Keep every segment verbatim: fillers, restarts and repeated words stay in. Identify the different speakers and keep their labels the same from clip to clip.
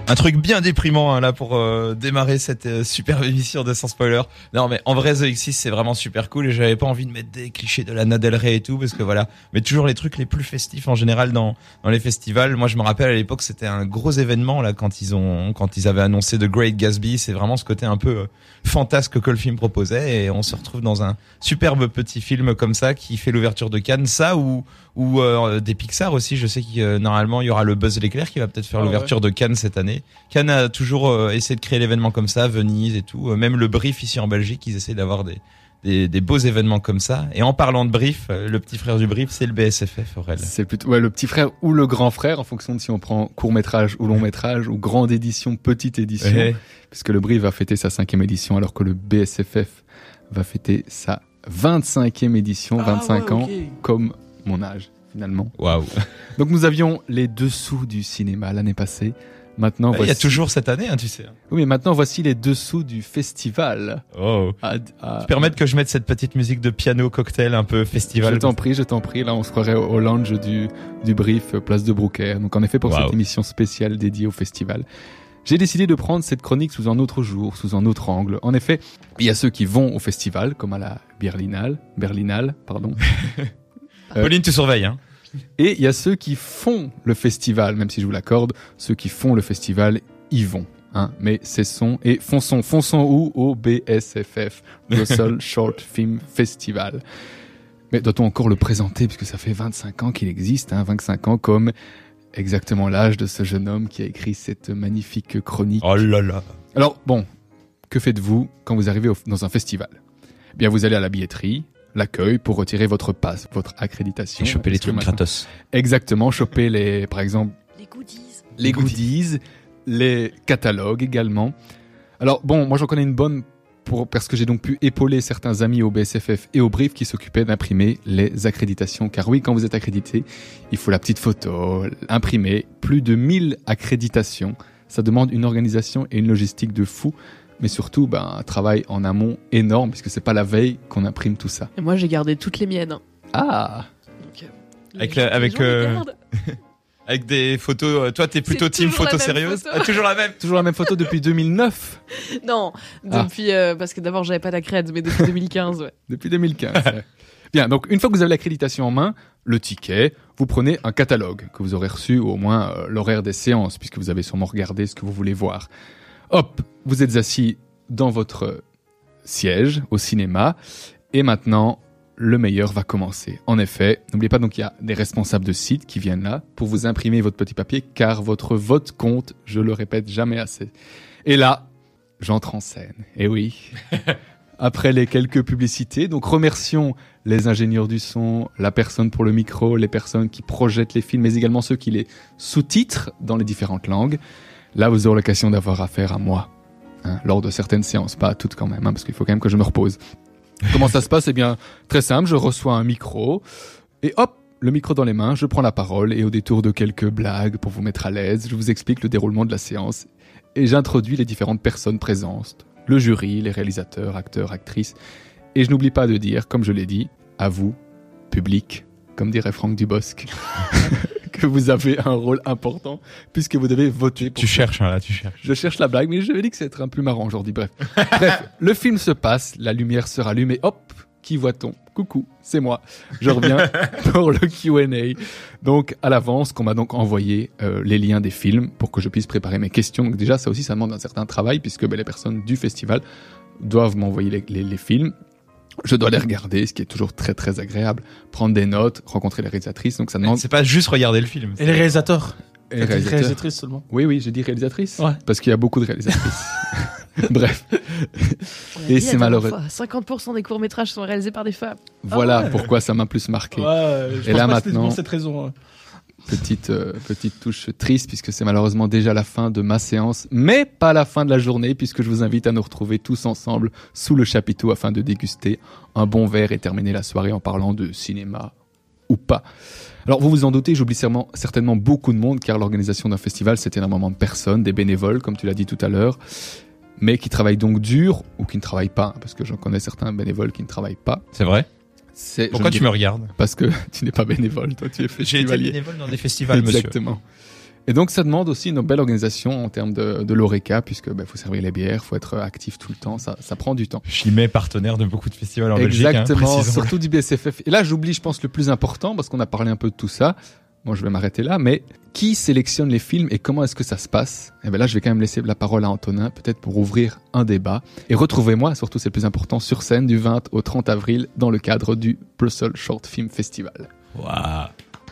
Speaker 1: Un truc bien déprimant hein, là pour euh, démarrer cette euh, superbe émission de Sans Spoiler. Non mais en vrai The Exorcist c'est vraiment super cool et j'avais pas envie de mettre des clichés de Lana Del Rey et tout parce que voilà, mais toujours les trucs les plus festifs en général dans dans les festivals. Moi je me rappelle à l'époque c'était un gros événement là quand ils ont quand ils avaient annoncé The Great Gatsby, c'est vraiment ce côté un peu euh, fantasque que le film proposait et on se retrouve dans un superbe petit film comme ça qui fait l'ouverture de Cannes, ça ou ou euh, des Pixar aussi, je sais que euh, normalement il y aura le Buzz l'éclair qui va peut-être faire ah, l'ouverture ouais. de Cannes cette année. Cannes a toujours euh, essayé de créer l'événement comme ça, Venise et tout. Euh, même le Brief ici en Belgique, ils essaient d'avoir des, des, des beaux événements comme ça. Et en parlant de Brief, euh, le petit frère du Brief, c'est le B S F F, Aurel.
Speaker 2: C'est plutôt ouais, le petit frère ou le grand frère, en fonction de si on prend court métrage ou long métrage, ou grande édition, petite édition. Ouais. Puisque le Brief va fêter sa cinquième édition, alors que le B S F F va fêter sa vingt-cinquième édition, ah, vingt-cinq ouais, ans, okay. Comme mon âge. Finalement.
Speaker 1: Waouh.
Speaker 2: Donc nous avions les dessous du cinéma l'année passée. Maintenant,
Speaker 1: il voici... y a toujours cette année, hein, tu sais.
Speaker 2: Oui, mais maintenant voici les dessous du festival.
Speaker 1: Oh. À, à... Tu permets que je mette cette petite musique de piano cocktail un peu festival.
Speaker 2: Je t'en prie, je t'en prie. Là, on se croirait au lounge du du Brief, place de Brouckère. Donc en effet, pour wow. cette émission spéciale dédiée au festival, j'ai décidé de prendre cette chronique sous un autre jour, sous un autre angle. En effet, il y a ceux qui vont au festival, comme à la Berlinale, Berlinale, pardon.
Speaker 1: Euh, Pauline, tu surveilles, hein.
Speaker 2: Et il y a ceux qui font le festival, même si je vous l'accorde, ceux qui font le festival, y vont. Hein. Mais cessons et fonçons. Fonçons où? Au B S F F, Brussels Short Film Festival. Mais doit-on encore le présenter, puisque ça fait vingt-cinq ans qu'il existe, hein, vingt-cinq ans comme exactement l'âge de ce jeune homme qui a écrit cette magnifique chronique.
Speaker 1: Oh là là.
Speaker 2: Alors, bon, que faites-vous quand vous arrivez au, dans un festival? Eh bien, vous allez à la billetterie, l'accueil pour retirer votre passe, votre accréditation.
Speaker 1: Et choper les trucs gratos.
Speaker 2: Exactement, choper les, par exemple,
Speaker 3: les goodies,
Speaker 2: les goodies, les catalogues également. Alors bon, moi j'en connais une bonne pour parce que j'ai donc pu épauler certains amis au B S F F et au Brief qui s'occupaient d'imprimer les accréditations. Car oui, quand vous êtes accrédité, il faut la petite photo, imprimer plus de mille accréditations. Ça demande une organisation et une logistique de fou. Mais surtout, ben, un travail en amont énorme, puisque c'est pas la veille qu'on imprime tout ça.
Speaker 3: Et moi, j'ai gardé toutes les miennes.
Speaker 2: Ah.
Speaker 3: Donc, euh,
Speaker 1: avec la, avec euh, avec des photos. Toi, t'es plutôt team photo sérieuse.
Speaker 3: Photo.
Speaker 1: Ah, toujours la même.
Speaker 2: Toujours la même photo depuis deux mille neuf.
Speaker 3: Non, depuis ah. euh, parce que d'abord j'avais pas d'accred, mais depuis deux mille quinze, ouais.
Speaker 2: Depuis deux mille quinze. Ouais. Bien, donc une fois que vous avez l'accréditation en main, le ticket, vous prenez un catalogue que vous aurez reçu, ou au moins euh, l'horaire des séances, puisque vous avez sûrement regardé ce que vous voulez voir. Hop, vous êtes assis dans votre siège au cinéma et maintenant, le meilleur va commencer. En effet, n'oubliez pas donc qu'il y a des responsables de site qui viennent là pour vous imprimer votre petit papier car votre vote compte, je le répète jamais assez. Et là, j'entre en scène. Et oui, après les quelques publicités, donc remercions les ingénieurs du son, la personne pour le micro, les personnes qui projettent les films, mais également ceux qui les sous-titrent dans les différentes langues. Là, vous aurez l'occasion d'avoir affaire à moi, hein, lors de certaines séances, pas à toutes quand même, hein, parce qu'il faut quand même que je me repose. Comment ça se passe? Eh bien, très simple, je reçois un micro, et hop, le micro dans les mains, je prends la parole, et au détour de quelques blagues pour vous mettre à l'aise, je vous explique le déroulement de la séance, et j'introduis les différentes personnes présentes, le jury, les réalisateurs, acteurs, actrices, et je n'oublie pas de dire, comme je l'ai dit, à vous, public, comme dirait Franck Dubosc, que vous avez un rôle important puisque vous devez voter. Pour
Speaker 1: tu cherches, hein, là, tu cherches.
Speaker 2: Je cherche la blague, mais je vais dire que c'est un plus marrant aujourd'hui. Bref, bref, le film se passe, la lumière se rallume et hop, qui voit-on? Coucou, c'est moi. Je reviens pour le Q and A. Donc à l'avance, qu'on m'a donc envoyé euh, les liens des films pour que je puisse préparer mes questions. Donc déjà, ça aussi, ça demande un certain travail puisque ben, les personnes du festival doivent m'envoyer les, les, les films. Je dois les regarder, ce qui est toujours très très agréable. Prendre des notes, rencontrer les réalisatrices, donc ça demande...
Speaker 1: C'est pas juste regarder le film.
Speaker 4: Et les réalisateurs.
Speaker 2: Et les réalisateurs.
Speaker 4: réalisatrices seulement.
Speaker 2: Oui, oui, j'ai dit réalisatrice.
Speaker 4: Ouais.
Speaker 2: Parce qu'il y a beaucoup de réalisatrices. Bref. Et c'est malheureux.
Speaker 3: cinquante pour cent des courts-métrages sont réalisés par des femmes.
Speaker 2: Voilà
Speaker 4: ah ouais.
Speaker 2: pourquoi ça m'a plus marqué.
Speaker 4: Ouais, je
Speaker 2: Et
Speaker 4: pense
Speaker 2: là
Speaker 4: pas
Speaker 2: maintenant...
Speaker 4: pour cette raison. Ouais.
Speaker 2: Petite, euh, petite touche triste puisque c'est malheureusement déjà la fin de ma séance, mais pas la fin de la journée puisque je vous invite à nous retrouver tous ensemble sous le chapiteau afin de déguster un bon verre et terminer la soirée en parlant de cinéma ou pas. Alors vous vous en doutez, j'oublie certainement, certainement beaucoup de monde car l'organisation d'un festival c'est énormément de personnes, des bénévoles comme tu l'as dit tout à l'heure, mais qui travaillent donc dur ou qui ne travaillent pas parce que j'en connais certains bénévoles qui ne travaillent pas.
Speaker 1: C'est vrai?
Speaker 2: C'est,
Speaker 1: Pourquoi tu me regardes?
Speaker 2: Parce que tu n'es pas bénévole, toi tu es festivalier.
Speaker 1: J'ai été bénévole dans des festivals, monsieur.
Speaker 2: Exactement. Et donc, ça demande aussi une belle organisation en termes de, de l'Oreca, puisque bah, faut servir les bières, faut être actif tout le temps, ça, ça prend du temps.
Speaker 1: Chimay, partenaire de beaucoup de festivals en Belgique.
Speaker 2: Exactement,
Speaker 1: hein,
Speaker 2: surtout du B S F F. Et là, j'oublie, je pense, le plus important, parce qu'on a parlé un peu de tout ça. Bon, je vais m'arrêter là, mais qui sélectionne les films et comment est-ce que ça se passe? Et bien là, je vais quand même laisser la parole à Antonin, peut-être pour ouvrir un débat. Et retrouvez-moi, surtout c'est le plus important, sur scène du vingt au trente avril, dans le cadre du Brussels Short Film Festival.
Speaker 1: Waouh.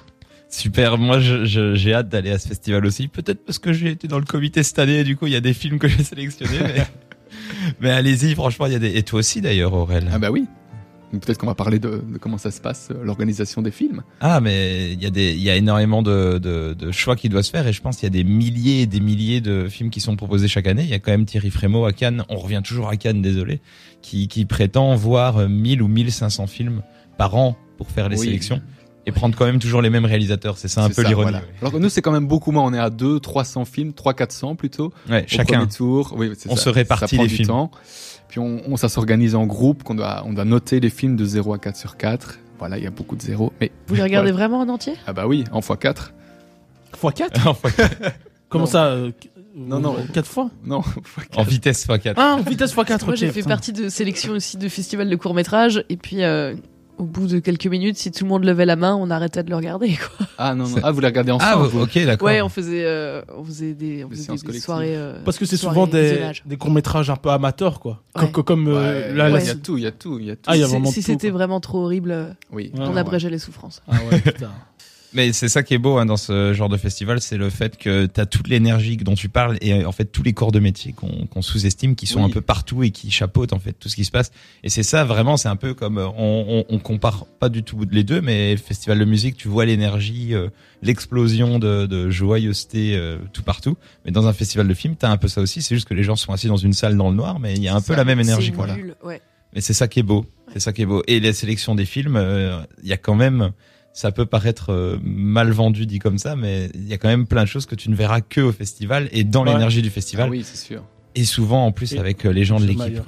Speaker 1: Super, moi je, je, j'ai hâte d'aller à ce festival aussi. Peut-être parce que j'ai été dans le comité cette année et du coup il y a des films que j'ai sélectionnés. Mais, mais allez-y, franchement, il y a des... Et toi aussi d'ailleurs, Aurel.
Speaker 2: Ah bah oui. Donc peut-être qu'on va parler de, de comment ça se passe, euh, l'organisation des films.
Speaker 1: Ah, mais il y a des, il y a énormément de, de, de choix qui doivent se faire et je pense qu'il y a des milliers et des milliers de films qui sont proposés chaque année. Il y a quand même Thierry Frémaux à Cannes. On revient toujours à Cannes, désolé, qui, qui prétend voir mille ou mille cinq cents films par an pour faire les
Speaker 2: Oui.
Speaker 1: sélections. Et prendre quand même toujours les mêmes réalisateurs, c'est ça un
Speaker 2: C'est
Speaker 1: peu
Speaker 2: ça,
Speaker 1: l'ironie.
Speaker 2: voilà. Alors que nous, c'est quand même beaucoup moins. On est à deux, trois cents films, trois, quatre cents plutôt.
Speaker 1: Ouais,
Speaker 2: Au
Speaker 1: chacun.
Speaker 2: premier tour. Oui, c'est
Speaker 1: On
Speaker 2: ça.
Speaker 1: se répartit
Speaker 2: Ça prend
Speaker 1: les
Speaker 2: du
Speaker 1: films.
Speaker 2: temps. Puis on, on ça s'organise en groupe, qu'on doit, on doit noter les films de zéro à quatre sur quatre. Voilà, il y a beaucoup de zéros. Mais
Speaker 3: Vous les regardez vraiment en entier?
Speaker 2: ah bah oui, en fois quatre.
Speaker 4: fois quatre
Speaker 1: Enfin,
Speaker 4: Comment
Speaker 2: Non.
Speaker 4: ça euh,
Speaker 2: Non, non.
Speaker 4: quatre fois
Speaker 2: Non, fois quatre.
Speaker 1: en vitesse fois quatre.
Speaker 4: Ah, en vitesse fois quatre.
Speaker 3: Moi,
Speaker 4: ok,
Speaker 3: j'ai fait
Speaker 4: putain.
Speaker 3: partie de sélection aussi de festivals de courts-métrages. Et puis, euh, au bout de quelques minutes, si tout le monde levait la main, on arrêtait de le regarder, quoi.
Speaker 2: Ah non, non.
Speaker 1: C'est-
Speaker 2: Ah, vous les regardez
Speaker 1: Ah,
Speaker 2: ensemble vous
Speaker 1: ok, d'accord.
Speaker 3: Ouais, on faisait, euh, on faisait des, on
Speaker 2: Des
Speaker 3: faisait
Speaker 2: séances
Speaker 3: des, des
Speaker 2: collectives.
Speaker 3: soirées. euh,
Speaker 4: Parce que c'est
Speaker 3: soirées
Speaker 4: souvent des,
Speaker 3: visionnage.
Speaker 4: des courts-métrages un peu amateurs, quoi.
Speaker 3: Ouais.
Speaker 4: Comme, comme euh,
Speaker 2: Ouais,
Speaker 4: la,
Speaker 2: il
Speaker 4: la-
Speaker 2: y a tout, il y a tout, il y a tout.
Speaker 4: Ah, il y a
Speaker 3: Si-
Speaker 4: vraiment
Speaker 3: si
Speaker 4: tout,
Speaker 3: c'était
Speaker 4: quoi.
Speaker 3: vraiment trop horrible, euh,
Speaker 2: Oui.
Speaker 4: Ouais,
Speaker 3: on
Speaker 4: ouais.
Speaker 3: abrégeait les souffrances.
Speaker 4: Ah ouais, putain.
Speaker 1: Mais c'est ça qui est beau hein, dans ce genre de festival, c'est le fait que tu as toute l'énergie dont tu parles et en fait tous les corps de métier qu'on qu'on sous-estime, qui sont
Speaker 2: Oui.
Speaker 1: un peu partout et qui chapeautent en fait tout ce qui se passe. Et c'est ça vraiment, c'est un peu comme euh, on, on, on compare pas du tout les deux, mais festival de musique, tu vois l'énergie, euh, l'explosion de, de joyeuseté euh, tout partout. Mais dans un festival de film, t'as un peu ça aussi. C'est juste que les gens sont assis dans une salle dans le noir, mais il y a un peu
Speaker 2: Ça,
Speaker 1: la même énergie.
Speaker 3: C'est
Speaker 1: Quoi.
Speaker 3: une bulle, ouais.
Speaker 1: Mais c'est ça qui est beau. C'est ça qui est beau. Et la sélection des films, euh, il y a quand même, ça peut paraître euh, mal vendu dit comme ça, mais il y a quand même plein de choses que tu ne verras que au festival et dans
Speaker 4: Ouais.
Speaker 1: l'énergie du
Speaker 2: Ah
Speaker 1: festival.
Speaker 2: oui, c'est sûr.
Speaker 1: Et souvent en plus
Speaker 4: Et
Speaker 1: avec euh, les gens de
Speaker 4: chez
Speaker 1: l'équipe.
Speaker 4: Maillard.
Speaker 1: quoi.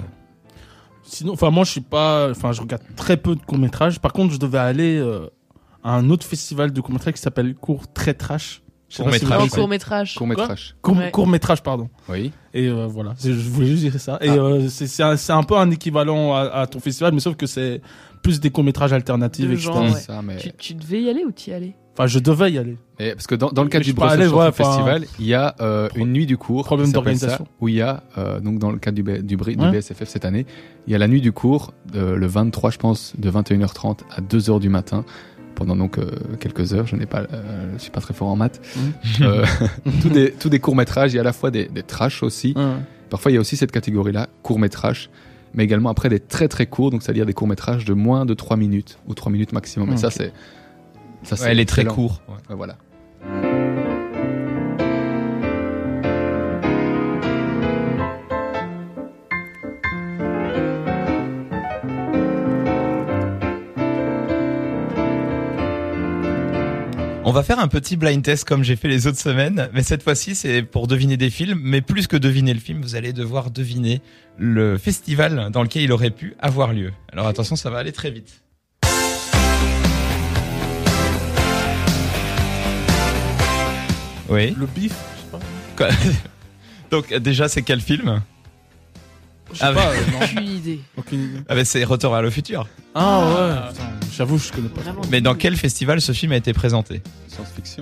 Speaker 4: Sinon, enfin, moi, je suis pas, enfin, je regarde très peu de courts-métrages. Par contre, je devais aller euh, à un autre festival de courts-métrages qui s'appelle Court Très Trash. Je sais pas si vous
Speaker 1: Court-métrage.
Speaker 3: En
Speaker 4: le savez.
Speaker 3: court-métrage.
Speaker 2: Court-métrage.
Speaker 4: Court-
Speaker 3: Ouais.
Speaker 4: Court-métrage, pardon.
Speaker 2: Oui.
Speaker 4: Et euh, voilà, C'est- je voulais juste dire ça. Et
Speaker 2: Ah.
Speaker 4: euh, c'est c'est un, c'est un peu un équivalent à, à ton festival, mais sauf que c'est plus des courts-métrages alternatifs,
Speaker 3: De
Speaker 4: et cetera.
Speaker 3: genre,
Speaker 2: C'est
Speaker 3: ouais.
Speaker 2: ça, mais...
Speaker 3: Tu, tu devais y aller ou t'y allais?
Speaker 4: Enfin, je devais y aller.
Speaker 2: Et parce que dans, dans le cadre
Speaker 4: Je
Speaker 2: du
Speaker 4: suis pas
Speaker 2: Brussels
Speaker 4: allé,
Speaker 2: Short
Speaker 4: ouais,
Speaker 2: Film
Speaker 4: enfin,
Speaker 2: Festival, il y a euh,
Speaker 4: pro-
Speaker 2: une nuit du cours.
Speaker 4: problème
Speaker 2: qui s'appelle
Speaker 4: d'organisation.
Speaker 2: ça, Où il y a, euh, donc dans le cadre du, B- du, Br- du
Speaker 4: Ouais.
Speaker 2: B S F F cette année, il y a la nuit du cours, euh, le vingt-trois, je pense, de vingt et une heures trente à deux heures du matin. Pendant donc euh, quelques heures, je n'ai pas, euh, je suis pas très fort en maths.
Speaker 4: Mhm.
Speaker 2: Euh, tous des, tous des courts métrages. Il y a à la fois des, des trash aussi.
Speaker 4: Ouais.
Speaker 2: Parfois, il y a aussi cette catégorie-là, court métrage, mais également après des très très courts, donc c'est-à-dire des courts métrages de moins de trois minutes ou trois minutes maximum. Et ça,
Speaker 4: Ok.
Speaker 2: c'est, ça,
Speaker 1: Ouais, elle est très
Speaker 2: excellent.
Speaker 1: courte. Ouais.
Speaker 2: Ouais, voilà.
Speaker 1: On va faire un petit blind test comme j'ai fait les autres semaines, mais cette fois-ci c'est pour deviner des films, mais plus que deviner le film, vous allez devoir deviner le festival dans lequel il aurait pu avoir lieu. Alors attention, ça va aller très vite. Oui.
Speaker 4: Le bif, je sais pas.
Speaker 1: Quoi Donc déjà c'est quel film?
Speaker 4: Je sais
Speaker 1: Ah,
Speaker 4: pas, euh, non.
Speaker 3: Aucune idée.
Speaker 4: Aucune idée.
Speaker 1: Ah ben c'est Retour vers le futur.
Speaker 4: Ah ouais, putain, j'avoue, je connais pas.
Speaker 3: Vraiment.
Speaker 1: Mais dans quel festival ce film a été présenté?
Speaker 2: Science-fiction.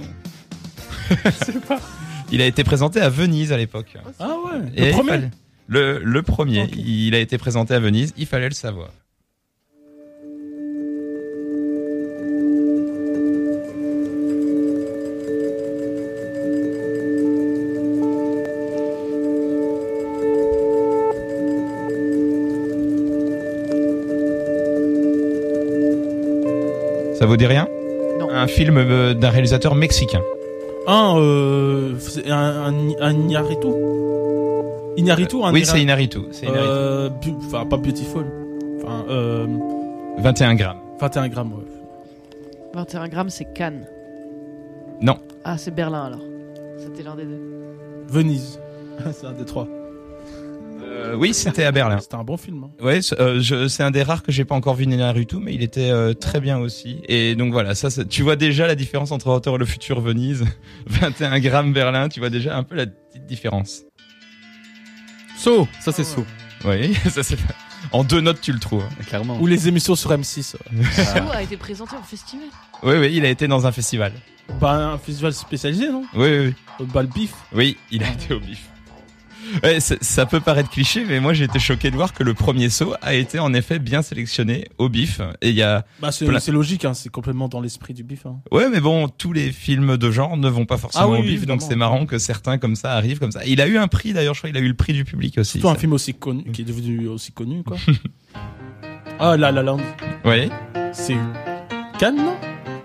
Speaker 1: Il a été présenté à Venise à l'époque.
Speaker 4: Ah ouais,
Speaker 1: Et
Speaker 4: le
Speaker 1: il
Speaker 4: premier.
Speaker 1: fallait- Le, le premier,
Speaker 4: Ok.
Speaker 1: il a été présenté à Venise, il fallait le savoir. Ça vous dit rien?
Speaker 3: Non.
Speaker 1: Un film euh, d'un réalisateur mexicain.
Speaker 4: Un, euh, c'est un, un, un Iñárritu. Iñárritu, un
Speaker 1: Oui,
Speaker 4: Ira-
Speaker 1: c'est Inaritu. C'est Inarritu.
Speaker 4: Euh, bu- Enfin, pas Beautiful. Enfin, euh,
Speaker 1: vingt et un grammes.
Speaker 4: vingt et un grammes, ouais.
Speaker 3: vingt et un grammes, c'est Cannes.
Speaker 1: Non.
Speaker 3: Ah, c'est Berlin alors. C'était l'un des deux.
Speaker 4: Venise. C'est un des trois.
Speaker 1: Euh, oui, c'était à Berlin.
Speaker 4: C'était un bon film. Hein.
Speaker 1: Ouais, c'est, euh, je, c'est un des rares que j'ai pas encore vu né Naruto, mais il était euh, très bien aussi. Et donc voilà, ça, ça, tu vois déjà la différence entre Retour et le futur Venise, vingt et un grammes Berlin, tu vois déjà un peu la petite différence.
Speaker 2: So, ça c'est So.
Speaker 1: Oui, ça c'est en deux notes tu le trouves.
Speaker 2: Clairement.
Speaker 4: Ou les émissions sur M six.
Speaker 3: So a été présenté en festival.
Speaker 1: Oui, oui, il a été dans un festival.
Speaker 4: Bah, un festival spécialisé, non?
Speaker 1: Oui, oui, oui.
Speaker 4: Euh, Bah, le bif.
Speaker 1: Oui, il a été au bif. Ouais, ça, ça peut paraître cliché, mais moi j'ai été choqué de voir que le premier saut a été en effet bien sélectionné au bif. Et il y a,
Speaker 4: Bah, c'est
Speaker 1: Plein-
Speaker 4: c'est logique, hein, c'est complètement dans l'esprit du bif. Hein.
Speaker 1: ouais, mais bon, tous les films de genre ne vont pas forcément
Speaker 4: Ah oui,
Speaker 1: au
Speaker 4: oui,
Speaker 1: bif,
Speaker 4: évidemment.
Speaker 1: donc c'est marrant que certains comme ça arrivent comme ça. Il a eu un prix d'ailleurs, je crois, il a eu le prix du public aussi.
Speaker 4: Surtout un
Speaker 1: ça.
Speaker 4: film aussi connu, qui est devenu aussi connu, quoi. Ah, La La Land,
Speaker 1: Oui.
Speaker 4: c'est Cannes, non?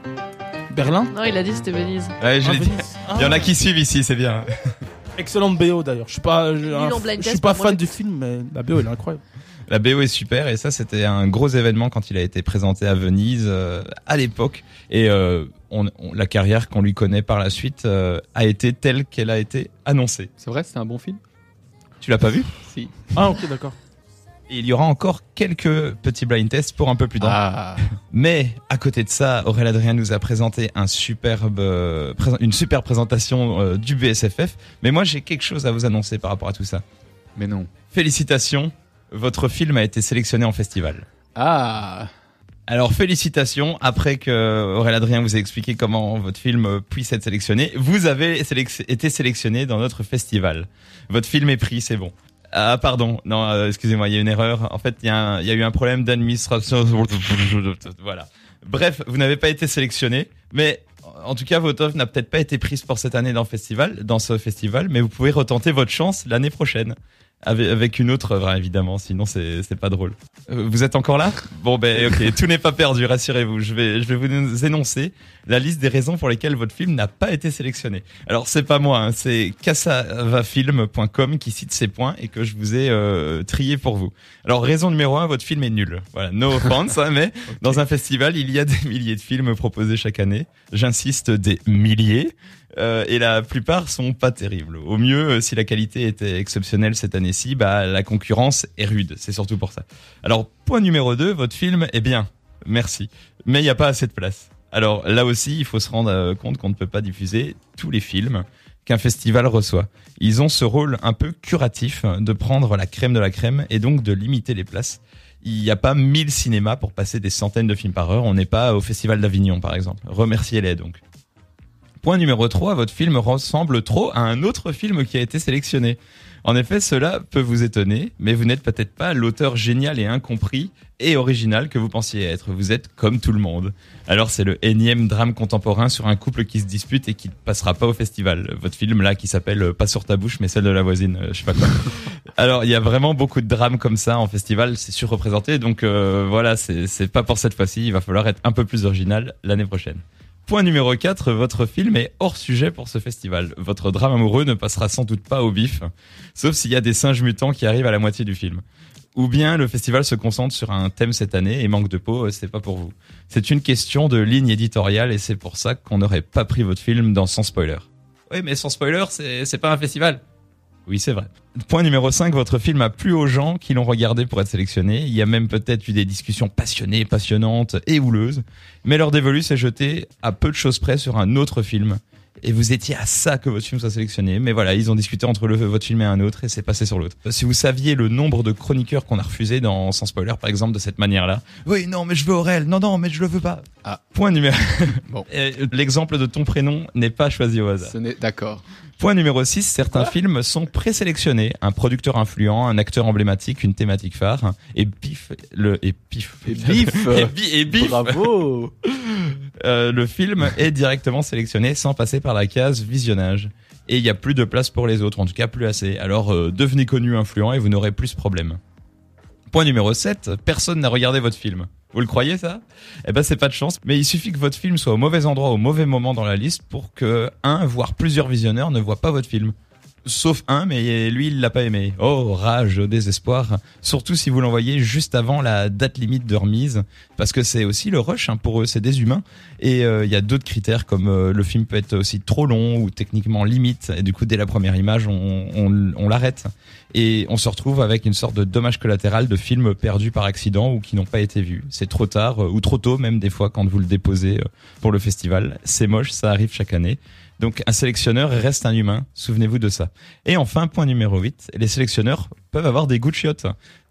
Speaker 4: Berlin?
Speaker 3: Non, il a dit que c'était Venise.
Speaker 1: Ouais, je
Speaker 4: Ah,
Speaker 1: l'ai dit.
Speaker 4: Venise.
Speaker 1: Il y en
Speaker 4: Ah.
Speaker 1: a qui suivent ici, c'est bien.
Speaker 4: Excellente B O d'ailleurs. Je suis pas, je, un-
Speaker 3: en blind
Speaker 4: je
Speaker 3: test
Speaker 4: suis pas
Speaker 3: pour moi.
Speaker 4: fan du film, mais la B O elle est incroyable.
Speaker 1: La B O est super et ça c'était un gros événement quand il a été présenté à Venise euh, à l'époque et euh, on, on- la carrière qu'on lui connaît par la suite euh, a été telle qu'elle a été annoncée.
Speaker 2: C'est vrai, c'était un bon film.
Speaker 1: Tu l'as pas vu?
Speaker 2: Si.
Speaker 4: Ah ok d'accord.
Speaker 1: Et il y aura encore quelques petits blind tests pour un peu plus tard.
Speaker 2: Ah.
Speaker 1: Mais à côté de ça, Aurélien Adrien nous a présenté un superbe, euh, présent- une super présentation euh, du B S F F. Mais moi j'ai quelque chose à vous annoncer par rapport à tout ça.
Speaker 2: Mais non.
Speaker 1: Félicitations, votre film a été sélectionné en festival.
Speaker 2: Ah.
Speaker 1: Alors félicitations, après que Aurélien Adrien vous ait expliqué comment votre film puisse être sélectionné, vous avez sélec- été sélectionné dans notre festival. Votre film est pris, c'est bon. Ah pardon, non, euh, excusez-moi, il y a une erreur. En fait, il y, a un- il y a eu un problème d'administration. Voilà. Bref, vous n'avez pas été sélectionné, mais en tout cas, votre offre n'a peut-être pas été prise pour cette année dans le festival, dans ce festival, mais vous pouvez retenter votre chance l'année prochaine. Avec, avec une autre œuvre, hein, évidemment, sinon c'est c'est pas drôle. Euh, vous êtes encore là? Bon ben ok, tout n'est pas perdu, rassurez-vous. Je vais je vais vous énoncer la liste des raisons pour lesquelles votre film n'a pas été sélectionné. Alors c'est pas moi, hein, c'est cassavafilm point com qui cite ces points et que je vous ai euh, trié pour vous. Alors raison numéro un, votre film est nul. Voilà, no offense, hein, mais okay. Dans un festival, il y a des milliers de films proposés chaque année. J'insiste, des milliers. Euh, et la plupart sont pas terribles. Au mieux, si la qualité était exceptionnelle cette année-ci, bah la concurrence est rude. C'est surtout pour ça. Alors, point numéro deux, votre film est bien. Merci. Mais il n'y a pas assez de place. Alors là aussi, il faut se rendre compte qu'on ne peut pas diffuser tous les films qu'un festival reçoit. Ils ont ce rôle un peu curatif de prendre la crème de la crème et donc de limiter les places. Il n'y a pas mille cinémas pour passer des centaines de films par heure. On n'est pas au Festival d'Avignon, par exemple. Remerciez-les donc. Point numéro trois, votre film ressemble trop à un autre film qui a été sélectionné. En effet, cela peut vous étonner, mais vous n'êtes peut-être pas l'auteur génial et incompris et original que vous pensiez être. Vous êtes comme tout le monde. Alors c'est le énième drame contemporain sur un couple qui se dispute et qui ne passera pas au festival. Votre film là qui s'appelle Pas sur ta bouche mais celle de la voisine, euh, je sais pas quoi. Alors il y a vraiment beaucoup de drames comme ça en festival, c'est surreprésenté. Donc euh, voilà, c'est, c'est pas pour cette fois-ci. Il va falloir être un peu plus original l'année prochaine. Point numéro quatre, votre film est hors sujet pour ce festival. Votre drame amoureux ne passera sans doute pas au bif, sauf s'il y a des singes mutants qui arrivent à la moitié du film. Ou bien le festival se concentre sur un thème cette année et manque de peau, c'est pas pour vous. C'est une question de ligne éditoriale et c'est pour ça qu'on n'aurait pas pris votre film dans Sans Spoiler. Oui, mais Sans Spoiler, c'est, c'est pas un festival. Oui, c'est vrai. Point numéro cinq, votre film a plu aux gens qui l'ont regardé pour être sélectionné. Il y a même peut-être eu des discussions passionnées, passionnantes et houleuses. Mais leur dévolu s'est jeté à peu de choses près sur un autre film. Et vous étiez à ça que votre film soit sélectionné. Mais voilà, ils ont discuté entre le, votre film et un autre et c'est passé sur l'autre. Si vous saviez le nombre de chroniqueurs qu'on a refusés dans Sans Spoiler, par exemple, de cette manière-là. Oui, non, mais je veux Aurel. Non, non, mais je le veux pas.
Speaker 2: Ah.
Speaker 1: Point numéro...
Speaker 2: Bon.
Speaker 1: L'exemple de ton prénom n'est pas choisi au hasard.
Speaker 2: Ce n'est... D'accord.
Speaker 1: Point numéro six, certains Quoi films sont présélectionnés. Un producteur influent, un acteur emblématique, une thématique phare. Et bif, le, et pif.
Speaker 2: Et bif.
Speaker 1: et, bi, et bif.
Speaker 2: Bravo.
Speaker 1: euh, le film est directement sélectionné sans passer par la case visionnage. Et il n'y a plus de place pour les autres, en tout cas plus assez. Alors euh, devenez connu, influent et vous n'aurez plus ce problème. Point numéro sept, personne n'a regardé votre film. Vous le croyez ça? Eh ben c'est pas de chance, mais il suffit que votre film soit au mauvais endroit au mauvais moment dans la liste pour que un voire plusieurs visionneurs ne voient pas votre film. Sauf un, mais lui, il l'a pas aimé. Oh, rage, désespoir. Surtout si vous l'envoyez juste avant la date limite de remise, parce que c'est aussi le rush, hein, pour eux, c'est des humains. Et il euh, y a d'autres critères, comme euh, le film peut être aussi trop long ou techniquement limite. Et du coup, dès la première image, on, on, on l'arrête. Et on se retrouve avec une sorte de dommage collatéral de films perdus par accident ou qui n'ont pas été vus. C'est trop tard, euh, ou trop tôt même des fois quand vous le déposez euh, pour le festival. C'est moche, ça arrive chaque année. Donc un sélectionneur reste un humain, souvenez-vous de ça. Et enfin, point numéro huit, les sélectionneurs peuvent avoir des goûts de chiottes.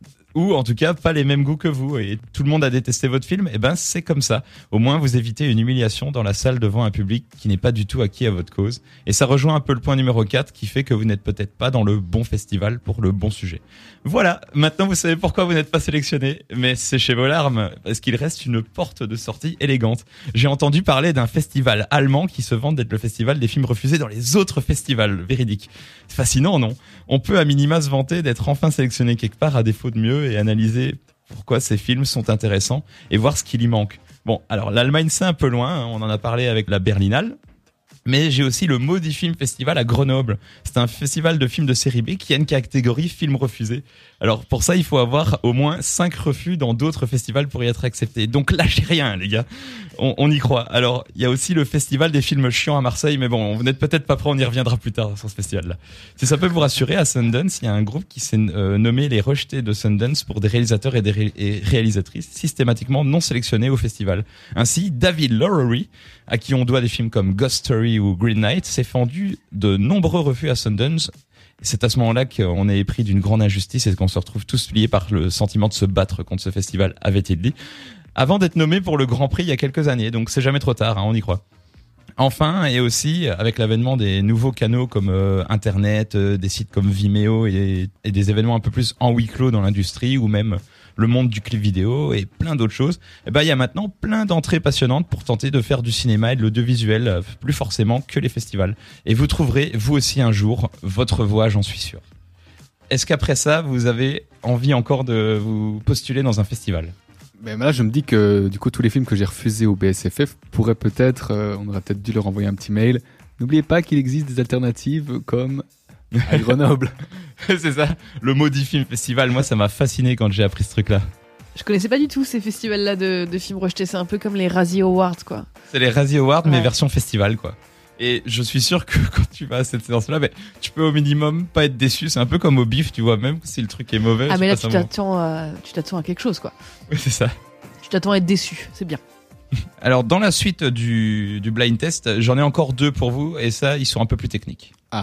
Speaker 1: Ou en tout cas pas les mêmes goûts que vous, et tout le monde a détesté votre film, et ben c'est comme ça. Au moins vous évitez une humiliation dans la salle devant un public qui n'est pas du tout acquis à votre cause. Et ça rejoint un peu le point numéro quatre qui fait que vous n'êtes peut-être pas dans le bon festival pour le bon sujet. Voilà, maintenant vous savez pourquoi vous n'êtes pas sélectionné, mais séchez vos larmes, parce qu'il reste une porte de sortie élégante. J'ai entendu parler d'un festival allemand qui se vante d'être le festival des films refusés dans les autres festivals, véridique. C'est fascinant, non? On peut à minima se vanter d'être enfin sélectionné quelque part à défaut de mieux et analyser pourquoi ces films sont intéressants et voir ce qui y manque. Bon, alors l'Allemagne c'est un peu loin, hein, on en a parlé avec la Berlinale. Mais j'ai aussi le Maudit Film Festival à Grenoble. C'est un festival de films de série B qui a une catégorie films refusés. Alors pour ça, il faut avoir au moins cinq refus dans d'autres festivals pour y être accepté. Donc lâchez rien, les gars. On, on y croit. Alors, il y a aussi le festival des films chiants à Marseille, mais bon, vous n'êtes peut-être pas prêts, on y reviendra plus tard sur ce festival-là. Si ça peut vous rassurer, à Sundance, il y a un groupe qui s'est euh, nommé les rejetés de Sundance pour des réalisateurs et des ré- et réalisatrices systématiquement non sélectionnés au festival. Ainsi, David Lowery, à qui on doit des films comme Ghost Story ou Green Knight, s'est fendu de nombreux refus à Sundance. C'est à ce moment-là qu'on est épris d'une grande injustice et qu'on se retrouve tous liés par le sentiment de se battre contre ce festival, avait-il dit, avant d'être nommé pour le Grand Prix il y a quelques années. Donc c'est jamais trop tard, hein, on y croit. Enfin, et aussi avec l'avènement des nouveaux canaux comme euh, Internet, euh, des sites comme Vimeo et, et des événements un peu plus en huis clos dans l'industrie ou même le monde du clip vidéo et plein d'autres choses, eh ben, il y a maintenant plein d'entrées passionnantes pour tenter de faire du cinéma et de l'audiovisuel, euh, plus forcément que les festivals. Et vous trouverez, vous aussi un jour, votre voie, j'en suis sûr. Est-ce qu'après ça, vous avez envie encore de vous postuler dans un festival ?
Speaker 2: Mais là, je me dis que du coup, tous les films que j'ai refusés au B S F F pourraient peut-être, euh, on aurait peut-être dû leur envoyer un petit mail. N'oubliez pas qu'il existe des alternatives comme à Grenoble.
Speaker 1: C'est ça, le Maudit Film Festival. Moi, ça m'a fasciné quand j'ai appris ce truc-là.
Speaker 3: Je connaissais pas du tout ces festivals-là de, de films rejetés. C'est un peu comme les Razzie Awards, quoi.
Speaker 1: C'est les Razzie Awards,
Speaker 3: Ouais.
Speaker 1: mais version festival, quoi. Et je suis sûr que quand tu vas à cette séance-là, ben, tu peux au minimum pas être déçu. C'est un peu comme au bif, tu vois, même si le truc est mauvais.
Speaker 3: Ah, mais là,
Speaker 1: passes
Speaker 3: tu
Speaker 1: un moment.
Speaker 3: t'attends, à, tu t'attends à quelque chose, quoi.
Speaker 1: Oui, c'est ça.
Speaker 3: Tu t'attends à être déçu. C'est bien.
Speaker 1: Alors, dans la suite du, du blind test, j'en ai encore deux pour vous, et ça, ils sont un peu plus techniques.
Speaker 2: Ah.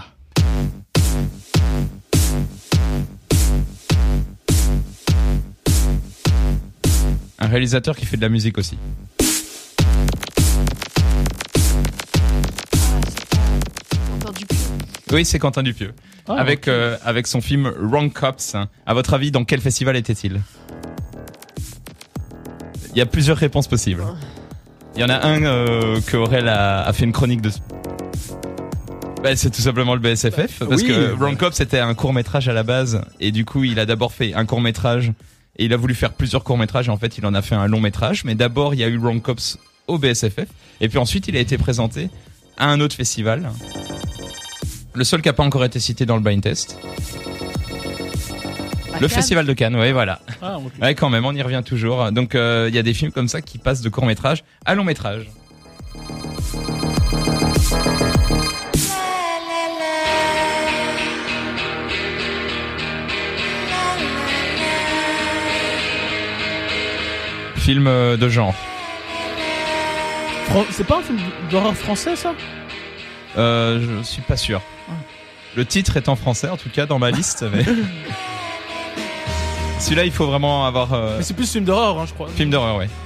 Speaker 1: Un réalisateur qui fait de la musique aussi.
Speaker 3: Quentin Dupieux.
Speaker 1: Oui, c'est Quentin Dupieux.
Speaker 4: Ah,
Speaker 1: avec,
Speaker 4: ok.
Speaker 1: euh, avec son film Wrong Cops. À votre avis, dans quel festival était-il ? Il y a plusieurs réponses possibles. Il y en a un euh, que Aurel a, a fait une chronique de... Bah, c'est tout simplement le B S F F, parce
Speaker 2: Oui.
Speaker 1: que Wrong Cops c'était un court-métrage à la base, et du coup il a d'abord fait un court-métrage, et il a voulu faire plusieurs courts-métrages, et en fait il en a fait un long-métrage, mais d'abord il y a eu Wrong Cops au B S F F, et puis ensuite il a été présenté à un autre festival, le seul qui n'a pas encore été cité dans le blind test,
Speaker 3: À
Speaker 1: le
Speaker 3: Cannes.
Speaker 1: festival de Cannes, ouais voilà.
Speaker 4: Ah, ok.
Speaker 1: Ouais, quand même, on y revient toujours. Donc, il euh, y a des films comme ça qui passent de court-métrage à long-métrage. Film euh, de genre.
Speaker 4: Fran- C'est pas un film d'horreur français, ça?
Speaker 1: Euh, je suis pas sûr. Le titre est en français, en tout cas, dans ma liste. Mais... Celui-là, il faut vraiment avoir... euh,
Speaker 4: Mais c'est plus film d'horreur, hein, je crois.
Speaker 1: Film d'horreur, ouais.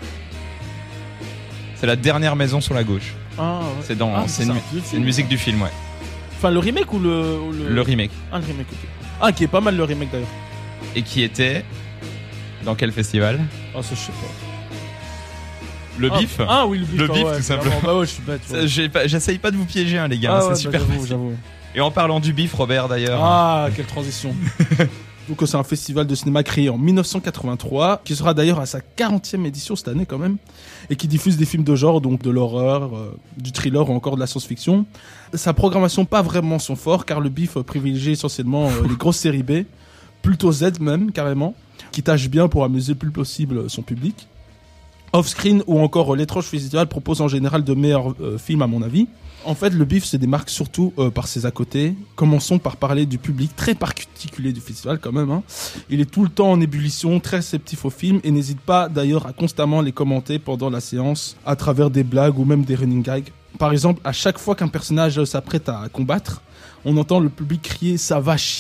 Speaker 1: C'est La Dernière Maison sur la gauche.
Speaker 4: Ah, ouais.
Speaker 1: C'est dans,
Speaker 4: Ah,
Speaker 1: c'est
Speaker 4: c'est
Speaker 1: une,
Speaker 4: un vieux
Speaker 1: c'est
Speaker 4: film.
Speaker 1: une musique du film, ouais.
Speaker 4: Enfin, le remake ou le... ou le...
Speaker 1: Le remake.
Speaker 4: Ah, le remake, ok. Ah, qui est pas mal le remake, d'ailleurs.
Speaker 1: Et qui était dans quel festival?
Speaker 4: Ah, ça, je sais pas.
Speaker 1: Le
Speaker 4: Ah,
Speaker 1: bif.
Speaker 4: Ah, oui, le bif.
Speaker 1: Le
Speaker 4: ah,
Speaker 1: bif,
Speaker 4: ouais,
Speaker 1: tout simplement.
Speaker 4: vraiment. Bah ouais, je suis bête.
Speaker 1: Ça,
Speaker 4: ouais.
Speaker 1: j'ai pas- J'essaye pas de vous piéger, hein, les gars.
Speaker 4: Ah,
Speaker 1: c'est
Speaker 4: ouais,
Speaker 1: super
Speaker 4: bah, j'avoue,
Speaker 1: facile.
Speaker 4: j'avoue.
Speaker 1: Et en parlant du bif, Robert, d'ailleurs.
Speaker 4: Ah, quelle transition. Donc c'est un festival de cinéma créé en dix-neuf cent quatre-vingt-trois, qui sera d'ailleurs à sa quarantième édition cette année quand même, et qui diffuse des films de genre, donc de l'horreur, euh, du thriller ou encore de la science-fiction. Sa programmation pas vraiment son fort, car le B I F privilégie essentiellement euh, les grosses séries B, plutôt Z même carrément, qui tâche bien pour amuser le plus possible son public. Offscreen ou encore euh, l'étrange festival propose en général de meilleurs euh, films à mon avis. En fait, le B I F se démarque surtout euh, par ses à côté. Commençons par parler du public très particulier du festival quand même. Hein. Il est tout le temps en ébullition, très réceptif aux films et n'hésite pas d'ailleurs à constamment les commenter pendant la séance à travers des blagues ou même des running gags. Par exemple, à chaque fois qu'un personnage s'apprête à combattre, on entend le public crier « ça va chier ».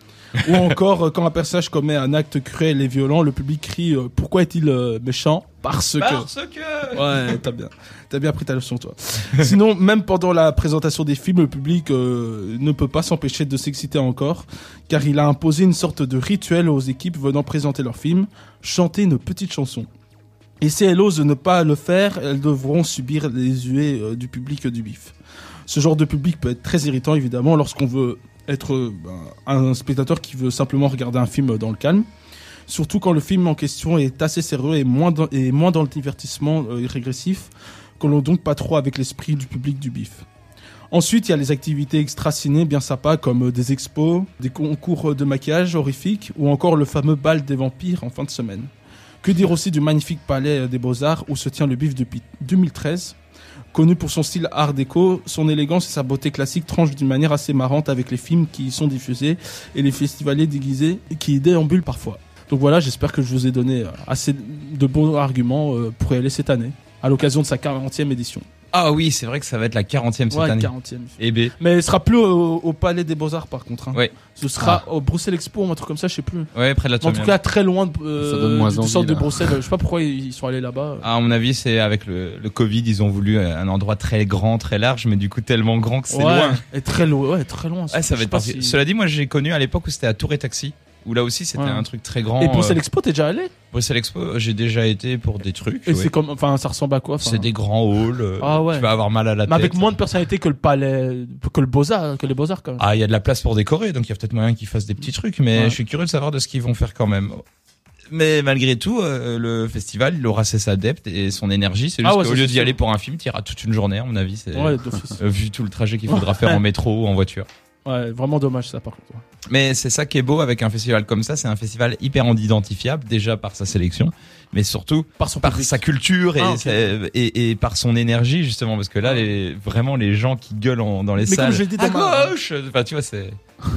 Speaker 4: Ou encore, quand un personnage commet un acte cruel et violent, le public crie euh, « pourquoi est-il euh, méchant ?» Parce que...
Speaker 1: Parce que...
Speaker 4: Ouais, t'as bien, t'as bien pris ta leçon, toi. Sinon, même pendant la présentation des films, le public euh, ne peut pas s'empêcher de s'exciter encore, car il a imposé une sorte de rituel aux équipes venant présenter leurs films, chanter une petite chanson. Et si elles osent ne pas le faire, elles devront subir les huées euh, du public du B I F. Ce genre de public peut être très irritant, évidemment, lorsqu'on veut être euh, ben, un spectateur qui veut simplement regarder un film dans le calme. Surtout quand le film en question est assez sérieux et moins dans, et moins dans le divertissement euh, régressif, collons donc pas trop avec l'esprit du public du B I F. Ensuite, il y a les activités extra-ciné bien sympas comme euh, des expos, des concours de maquillage horrifiques ou encore le fameux bal des vampires en fin de semaine. Que dire aussi du magnifique palais des Beaux-Arts où se tient le B I F depuis deux mille treize. Connu pour son style art déco, son élégance et sa beauté classique tranchent d'une manière assez marrante avec les films qui y sont diffusés et les festivaliers déguisés qui y déambulent parfois. Donc voilà, j'espère que je vous ai donné assez de bons arguments pour y aller cette année, à l'occasion de sa quarantième édition.
Speaker 1: Ah oui, c'est vrai que ça va être la quarantième cette
Speaker 4: ouais,
Speaker 1: année.
Speaker 4: quarantième.
Speaker 1: Eh ben.
Speaker 4: Mais ce sera plus au, au Palais des Beaux-Arts par contre. Hein.
Speaker 1: Ouais.
Speaker 4: Ce sera
Speaker 1: Ah.
Speaker 4: au Bruxelles Expo ou un truc comme ça, je sais plus.
Speaker 1: Ouais, près de la
Speaker 4: En tout
Speaker 1: Tour
Speaker 4: cas, très loin de, euh,
Speaker 2: Ça donne moins
Speaker 4: du
Speaker 2: envie,
Speaker 4: centre de
Speaker 2: là.
Speaker 4: Bruxelles. Je sais pas pourquoi ils sont allés là-bas.
Speaker 1: À mon avis, c'est avec le, le Covid, ils ont voulu un endroit très grand, très large, mais du coup tellement grand que c'est
Speaker 4: ouais,
Speaker 1: loin.
Speaker 4: Et très loin. Ouais, très loin.
Speaker 1: Ouais, ça va
Speaker 4: Je sais
Speaker 1: être
Speaker 4: pas
Speaker 1: parti.
Speaker 4: si-
Speaker 1: Cela dit, moi j'ai connu à l'époque où c'était à Tour et Taxi, où là aussi c'était
Speaker 4: Ouais.
Speaker 1: un truc très grand.
Speaker 4: Et Bruxelles
Speaker 1: euh,
Speaker 4: Expo, t'es déjà allé?
Speaker 1: Bruxelles Expo, j'ai déjà été pour des trucs.
Speaker 4: Et
Speaker 1: ouais.
Speaker 4: c'est comme, enfin, ça ressemble à quoi? Enfin,
Speaker 1: C'est des grands halls. euh,
Speaker 4: Ah ouais.
Speaker 1: Tu vas avoir mal à la
Speaker 4: mais
Speaker 1: tête.
Speaker 4: avec moins de personnalité que le palais, que le Beaux-Arts, que les Beaux-Arts quand même.
Speaker 1: Ah, il y a de la place pour décorer, donc il y a peut-être moyen qu'ils fassent des petits trucs, mais
Speaker 4: Ouais.
Speaker 1: je suis curieux de savoir de ce qu'ils vont faire quand même. Mais malgré tout, euh, le festival, il aura ses adeptes et son énergie. C'est juste
Speaker 4: Ah ouais,
Speaker 1: qu'au
Speaker 4: ça,
Speaker 1: lieu
Speaker 4: c'est
Speaker 1: d'y
Speaker 4: sûr.
Speaker 1: aller pour un film, tu iras toute une journée, à mon avis. C'est,
Speaker 4: Ouais, d'office.
Speaker 1: euh, vu tout le trajet qu'il faudra faire en métro ou en voiture.
Speaker 4: Ouais, vraiment dommage ça par contre. ouais.
Speaker 1: Mais c'est ça qui est beau avec un festival comme ça, c'est un festival hyper identifiable, déjà par sa sélection, mais surtout
Speaker 4: Par son
Speaker 1: par
Speaker 4: public.
Speaker 1: sa culture et,
Speaker 4: Ah, ok.
Speaker 1: sa- et, et par son énergie, justement, parce que là, les, vraiment, les gens qui gueulent en- dans les
Speaker 4: Mais
Speaker 1: salles,
Speaker 4: comme j'ai dit dans
Speaker 1: à
Speaker 4: ma-
Speaker 1: gauche, enfin, tu vois, c'est,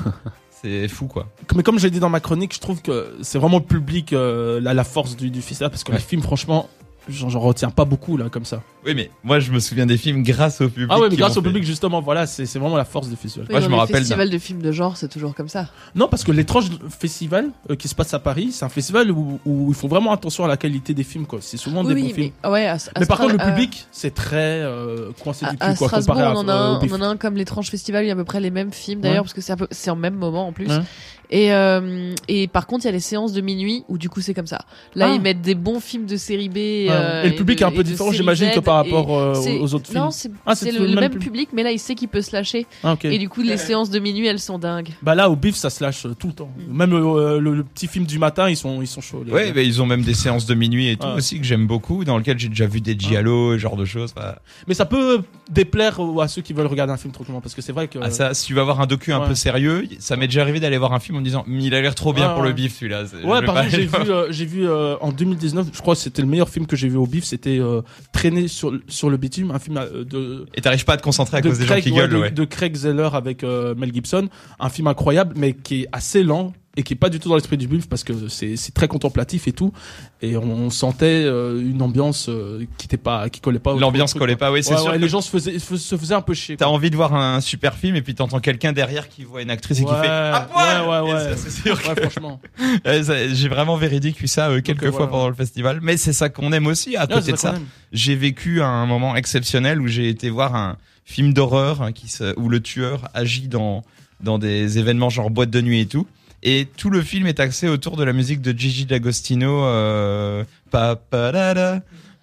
Speaker 1: c'est fou, quoi.
Speaker 4: Mais comme j'ai dit dans ma chronique, je trouve que c'est vraiment le public, euh, la, la force du, du festival, parce que
Speaker 1: Ouais.
Speaker 4: les films, franchement, j'en, j'en retiens pas beaucoup là comme ça.
Speaker 1: Oui, mais moi, je me souviens des films grâce au public.
Speaker 4: Ah ouais, mais
Speaker 1: qui
Speaker 4: grâce
Speaker 1: l'ont
Speaker 4: au
Speaker 1: fait.
Speaker 4: public justement, voilà, c'est, c'est vraiment la force du festival.
Speaker 3: Oui,
Speaker 1: Moi, je
Speaker 3: dans
Speaker 1: me
Speaker 3: les
Speaker 1: rappelle
Speaker 3: festivals de films de genre, c'est toujours comme ça.
Speaker 4: Non, parce que l'étrange festival euh, qui se passe à Paris, c'est un festival où, où ils font vraiment attention à la qualité des films, quoi. C'est souvent
Speaker 3: Oui,
Speaker 4: des
Speaker 3: oui,
Speaker 4: bons films.
Speaker 3: mais, ouais, à, à
Speaker 4: Mais par
Speaker 3: Stra-
Speaker 4: contre, le
Speaker 3: à-
Speaker 4: public, c'est très euh, coincé
Speaker 3: À,
Speaker 4: du
Speaker 3: à
Speaker 4: cul, quoi,
Speaker 3: Strasbourg,
Speaker 4: comparé à,
Speaker 3: on en a
Speaker 4: euh,
Speaker 3: un,
Speaker 4: au B I F.
Speaker 3: on en a un comme l'étrange festival, il y a à peu près les mêmes films d'ailleurs,
Speaker 4: Ouais.
Speaker 3: parce que c'est un peu, c'est en même moment en plus.
Speaker 4: Ouais.
Speaker 3: Et, euh, et par contre, il y a les séances de minuit où du coup c'est comme ça. Là,
Speaker 4: Ah.
Speaker 3: ils mettent des bons films de série B.
Speaker 4: Ouais.
Speaker 3: euh,
Speaker 4: Et le public
Speaker 3: de-
Speaker 4: est un peu
Speaker 3: et de
Speaker 4: différent,
Speaker 3: série
Speaker 4: j'imagine,
Speaker 3: Z,
Speaker 4: que par
Speaker 3: et
Speaker 4: rapport euh,
Speaker 3: c'est-
Speaker 4: aux autres films.
Speaker 3: Non, c'est
Speaker 4: Ah,
Speaker 3: c'est
Speaker 4: c'est
Speaker 3: le,
Speaker 4: le
Speaker 3: le
Speaker 4: même
Speaker 3: même
Speaker 4: public.
Speaker 3: public, mais là, il sait qu'il peut se lâcher.
Speaker 4: Ah, ok.
Speaker 3: Et du coup, les séances de minuit, elles sont dingues.
Speaker 4: Bah là, au B I F, ça se lâche euh, tout le temps.
Speaker 3: Mm.
Speaker 4: Même euh, le, le petit film du matin, ils sont, ils sont chauds. les
Speaker 1: Ouais,
Speaker 4: gars.
Speaker 1: mais ils ont même des séances de minuit et tout
Speaker 4: Ouais.
Speaker 1: aussi que j'aime beaucoup, dans lequel j'ai déjà vu des giallo, ce genre de choses. Enfin,
Speaker 4: Mais ça peut déplaire euh, à ceux qui veulent regarder un film tranquillement, parce que c'est vrai que.
Speaker 1: ah, ça, si tu vas voir un docu un
Speaker 4: Ouais.
Speaker 1: peu sérieux, ça m'est déjà arrivé d'aller voir un film en me disant, il a l'air trop bien
Speaker 4: Ouais,
Speaker 1: pour
Speaker 4: ouais.
Speaker 1: le bif celui-là. C'est- je
Speaker 4: Ouais,
Speaker 1: vais
Speaker 4: par
Speaker 1: pas
Speaker 4: exemple, j'ai
Speaker 1: aller
Speaker 4: vu, euh, j'ai vu euh, en deux mille dix-neuf, je crois que c'était le meilleur film que j'ai vu au B I F, c'était euh, Traîner sur, sur le bitume, un film euh, de,
Speaker 1: Et t'arrives pas à te concentrer à
Speaker 4: de,
Speaker 1: cause des gens
Speaker 4: Craig,
Speaker 1: qui
Speaker 4: ouais,
Speaker 1: gueulent,
Speaker 4: de,
Speaker 1: ouais.
Speaker 4: de Craig Zeller avec euh, Mel Gibson, un film incroyable, mais qui est assez lent et qui est pas du tout dans l'esprit du B I F parce que c'est, c'est très contemplatif et tout, et on, on sentait euh, une ambiance euh, qui était pas, qui collait pas. au-
Speaker 1: L'ambiance
Speaker 4: au truc,
Speaker 1: collait
Speaker 4: quoi.
Speaker 1: pas, oui, c'est
Speaker 4: Ouais,
Speaker 1: sûr.
Speaker 4: ouais,
Speaker 1: que
Speaker 4: les gens se faisaient, se faisaient un peu chier.
Speaker 1: T'as
Speaker 4: quoi.
Speaker 1: envie de voir un super film et puis t'entends quelqu'un derrière qui voit une actrice et qui
Speaker 4: Ouais,
Speaker 1: fait à poil.
Speaker 4: ouais, ouais,
Speaker 1: Et
Speaker 4: ouais.
Speaker 1: ça, c'est sûr que-
Speaker 4: Ouais, franchement.
Speaker 1: Ouais, ça- j'ai vraiment véridique vu ça euh, quelques
Speaker 4: Donc, euh,
Speaker 1: fois
Speaker 4: voilà.
Speaker 1: pendant le festival. Mais c'est ça qu'on aime aussi. À
Speaker 4: Ouais,
Speaker 1: côté
Speaker 4: c'est
Speaker 1: de ça,
Speaker 4: quand même.
Speaker 1: j'ai vécu un moment exceptionnel où j'ai été voir un film d'horreur hein, qui se, où le tueur agit dans dans des événements genre boîte de nuit et tout. Et tout le film est axé autour de la musique de Gigi D'Agostino. Euh, pa pa da da,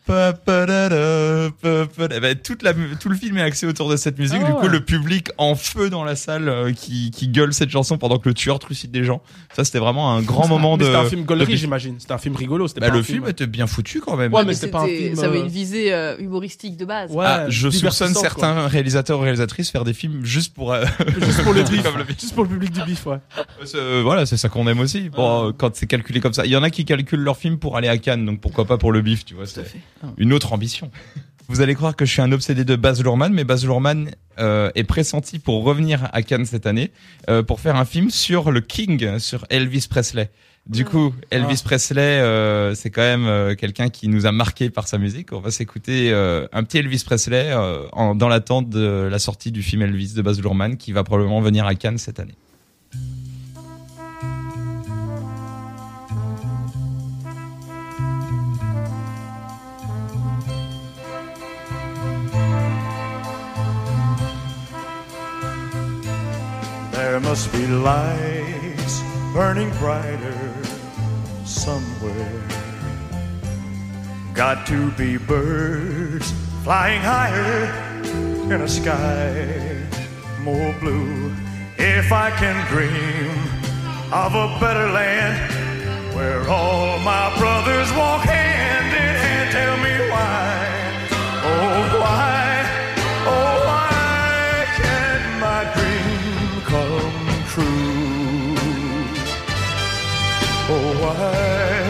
Speaker 1: Pa, pa, da, da, pa, pa, da. Eh ben, toute la, tout le film est axé autour de cette musique.
Speaker 4: Ah
Speaker 1: du coup,
Speaker 4: ouais.
Speaker 1: le public en feu dans la salle euh, qui, qui gueule cette chanson pendant que le tueur trucide des gens. Ça, c'était vraiment un grand moment
Speaker 4: Mais
Speaker 1: de.
Speaker 4: C'était un film
Speaker 1: de
Speaker 4: gaulerie,
Speaker 1: bif.
Speaker 4: j'imagine. C'était un film rigolo. C'était
Speaker 1: Bah,
Speaker 4: pas
Speaker 1: le
Speaker 4: un
Speaker 1: film était bien foutu quand même.
Speaker 4: Ouais, mais
Speaker 3: Mais
Speaker 4: c'était pas un
Speaker 3: c'était-
Speaker 4: film,
Speaker 3: ça avait
Speaker 4: euh,
Speaker 3: une visée euh, humoristique de base.
Speaker 4: Ouais,
Speaker 1: Ah, je soupçonne
Speaker 4: divertissant,
Speaker 1: certains
Speaker 4: quoi.
Speaker 1: réalisateurs ou réalisatrices faire des films juste pour euh,
Speaker 4: Juste pour le bif.
Speaker 1: Comme le bif.
Speaker 4: Juste pour le public du bif, ouais.
Speaker 1: c'est- euh, voilà, c'est ça qu'on aime aussi. Bon, euh, quand c'est calculé comme ça, il y en a qui calculent leur film pour aller à Cannes, donc pourquoi pas pour le bif, tu vois.
Speaker 3: Tout à
Speaker 1: C'est
Speaker 3: fait.
Speaker 1: une autre ambition. Vous allez croire que je suis un obsédé de Baz Luhrmann, mais Baz Luhrmann euh, est pressenti pour revenir à Cannes cette année euh, pour faire un film sur le King, sur Elvis Presley. Du coup, Elvis Presley, euh, c'est quand même euh, quelqu'un qui nous a marqué par sa musique. On va s'écouter euh, un petit Elvis Presley euh, en, dans l'attente de la sortie du film Elvis de Baz Luhrmann, qui va probablement venir à Cannes cette année.
Speaker 5: There must be lights burning brighter somewhere. Got to be birds flying higher in a sky more blue. If I can dream of a better land where all my brothers walk hand in hand, tell me why, oh why, oh why can't my dream come true? Oh why?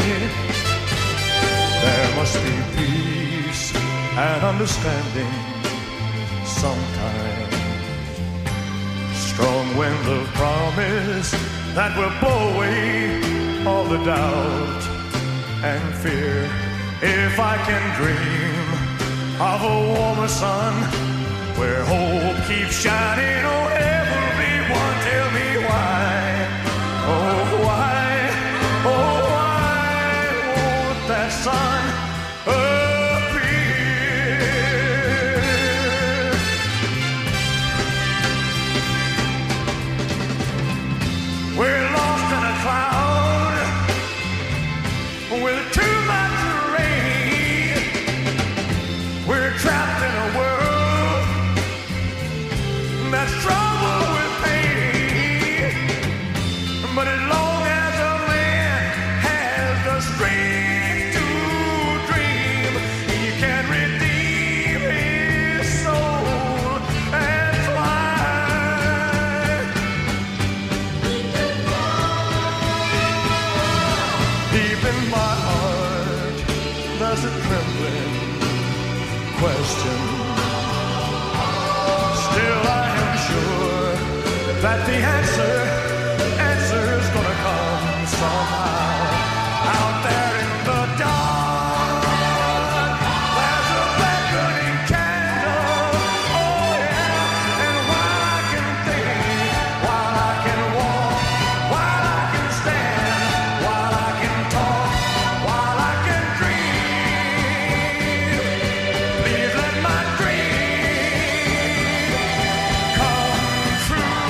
Speaker 5: There must be peace and understanding sometimes. Strong wind of promise that will blow away all the doubt and fear. If I can dream of a warmer sun where hope keeps shining, oh everyone, tell me why, oh why, oh why won't that sun appear? We're lost in a cloud with too much rain. We're trapped in a world that's troubled with pain. But as long as a man has the strength to dream, he can redeem his soul and fly. Deep in my heart, there's a trembling question. Still, I am sure that the answer, answer's gonna come somehow. Out there in the dark, there's a beckoning candle. Oh yeah, and while I can think, while I can walk, while I can stand, while I can talk, while I can dream, please let my dream come true.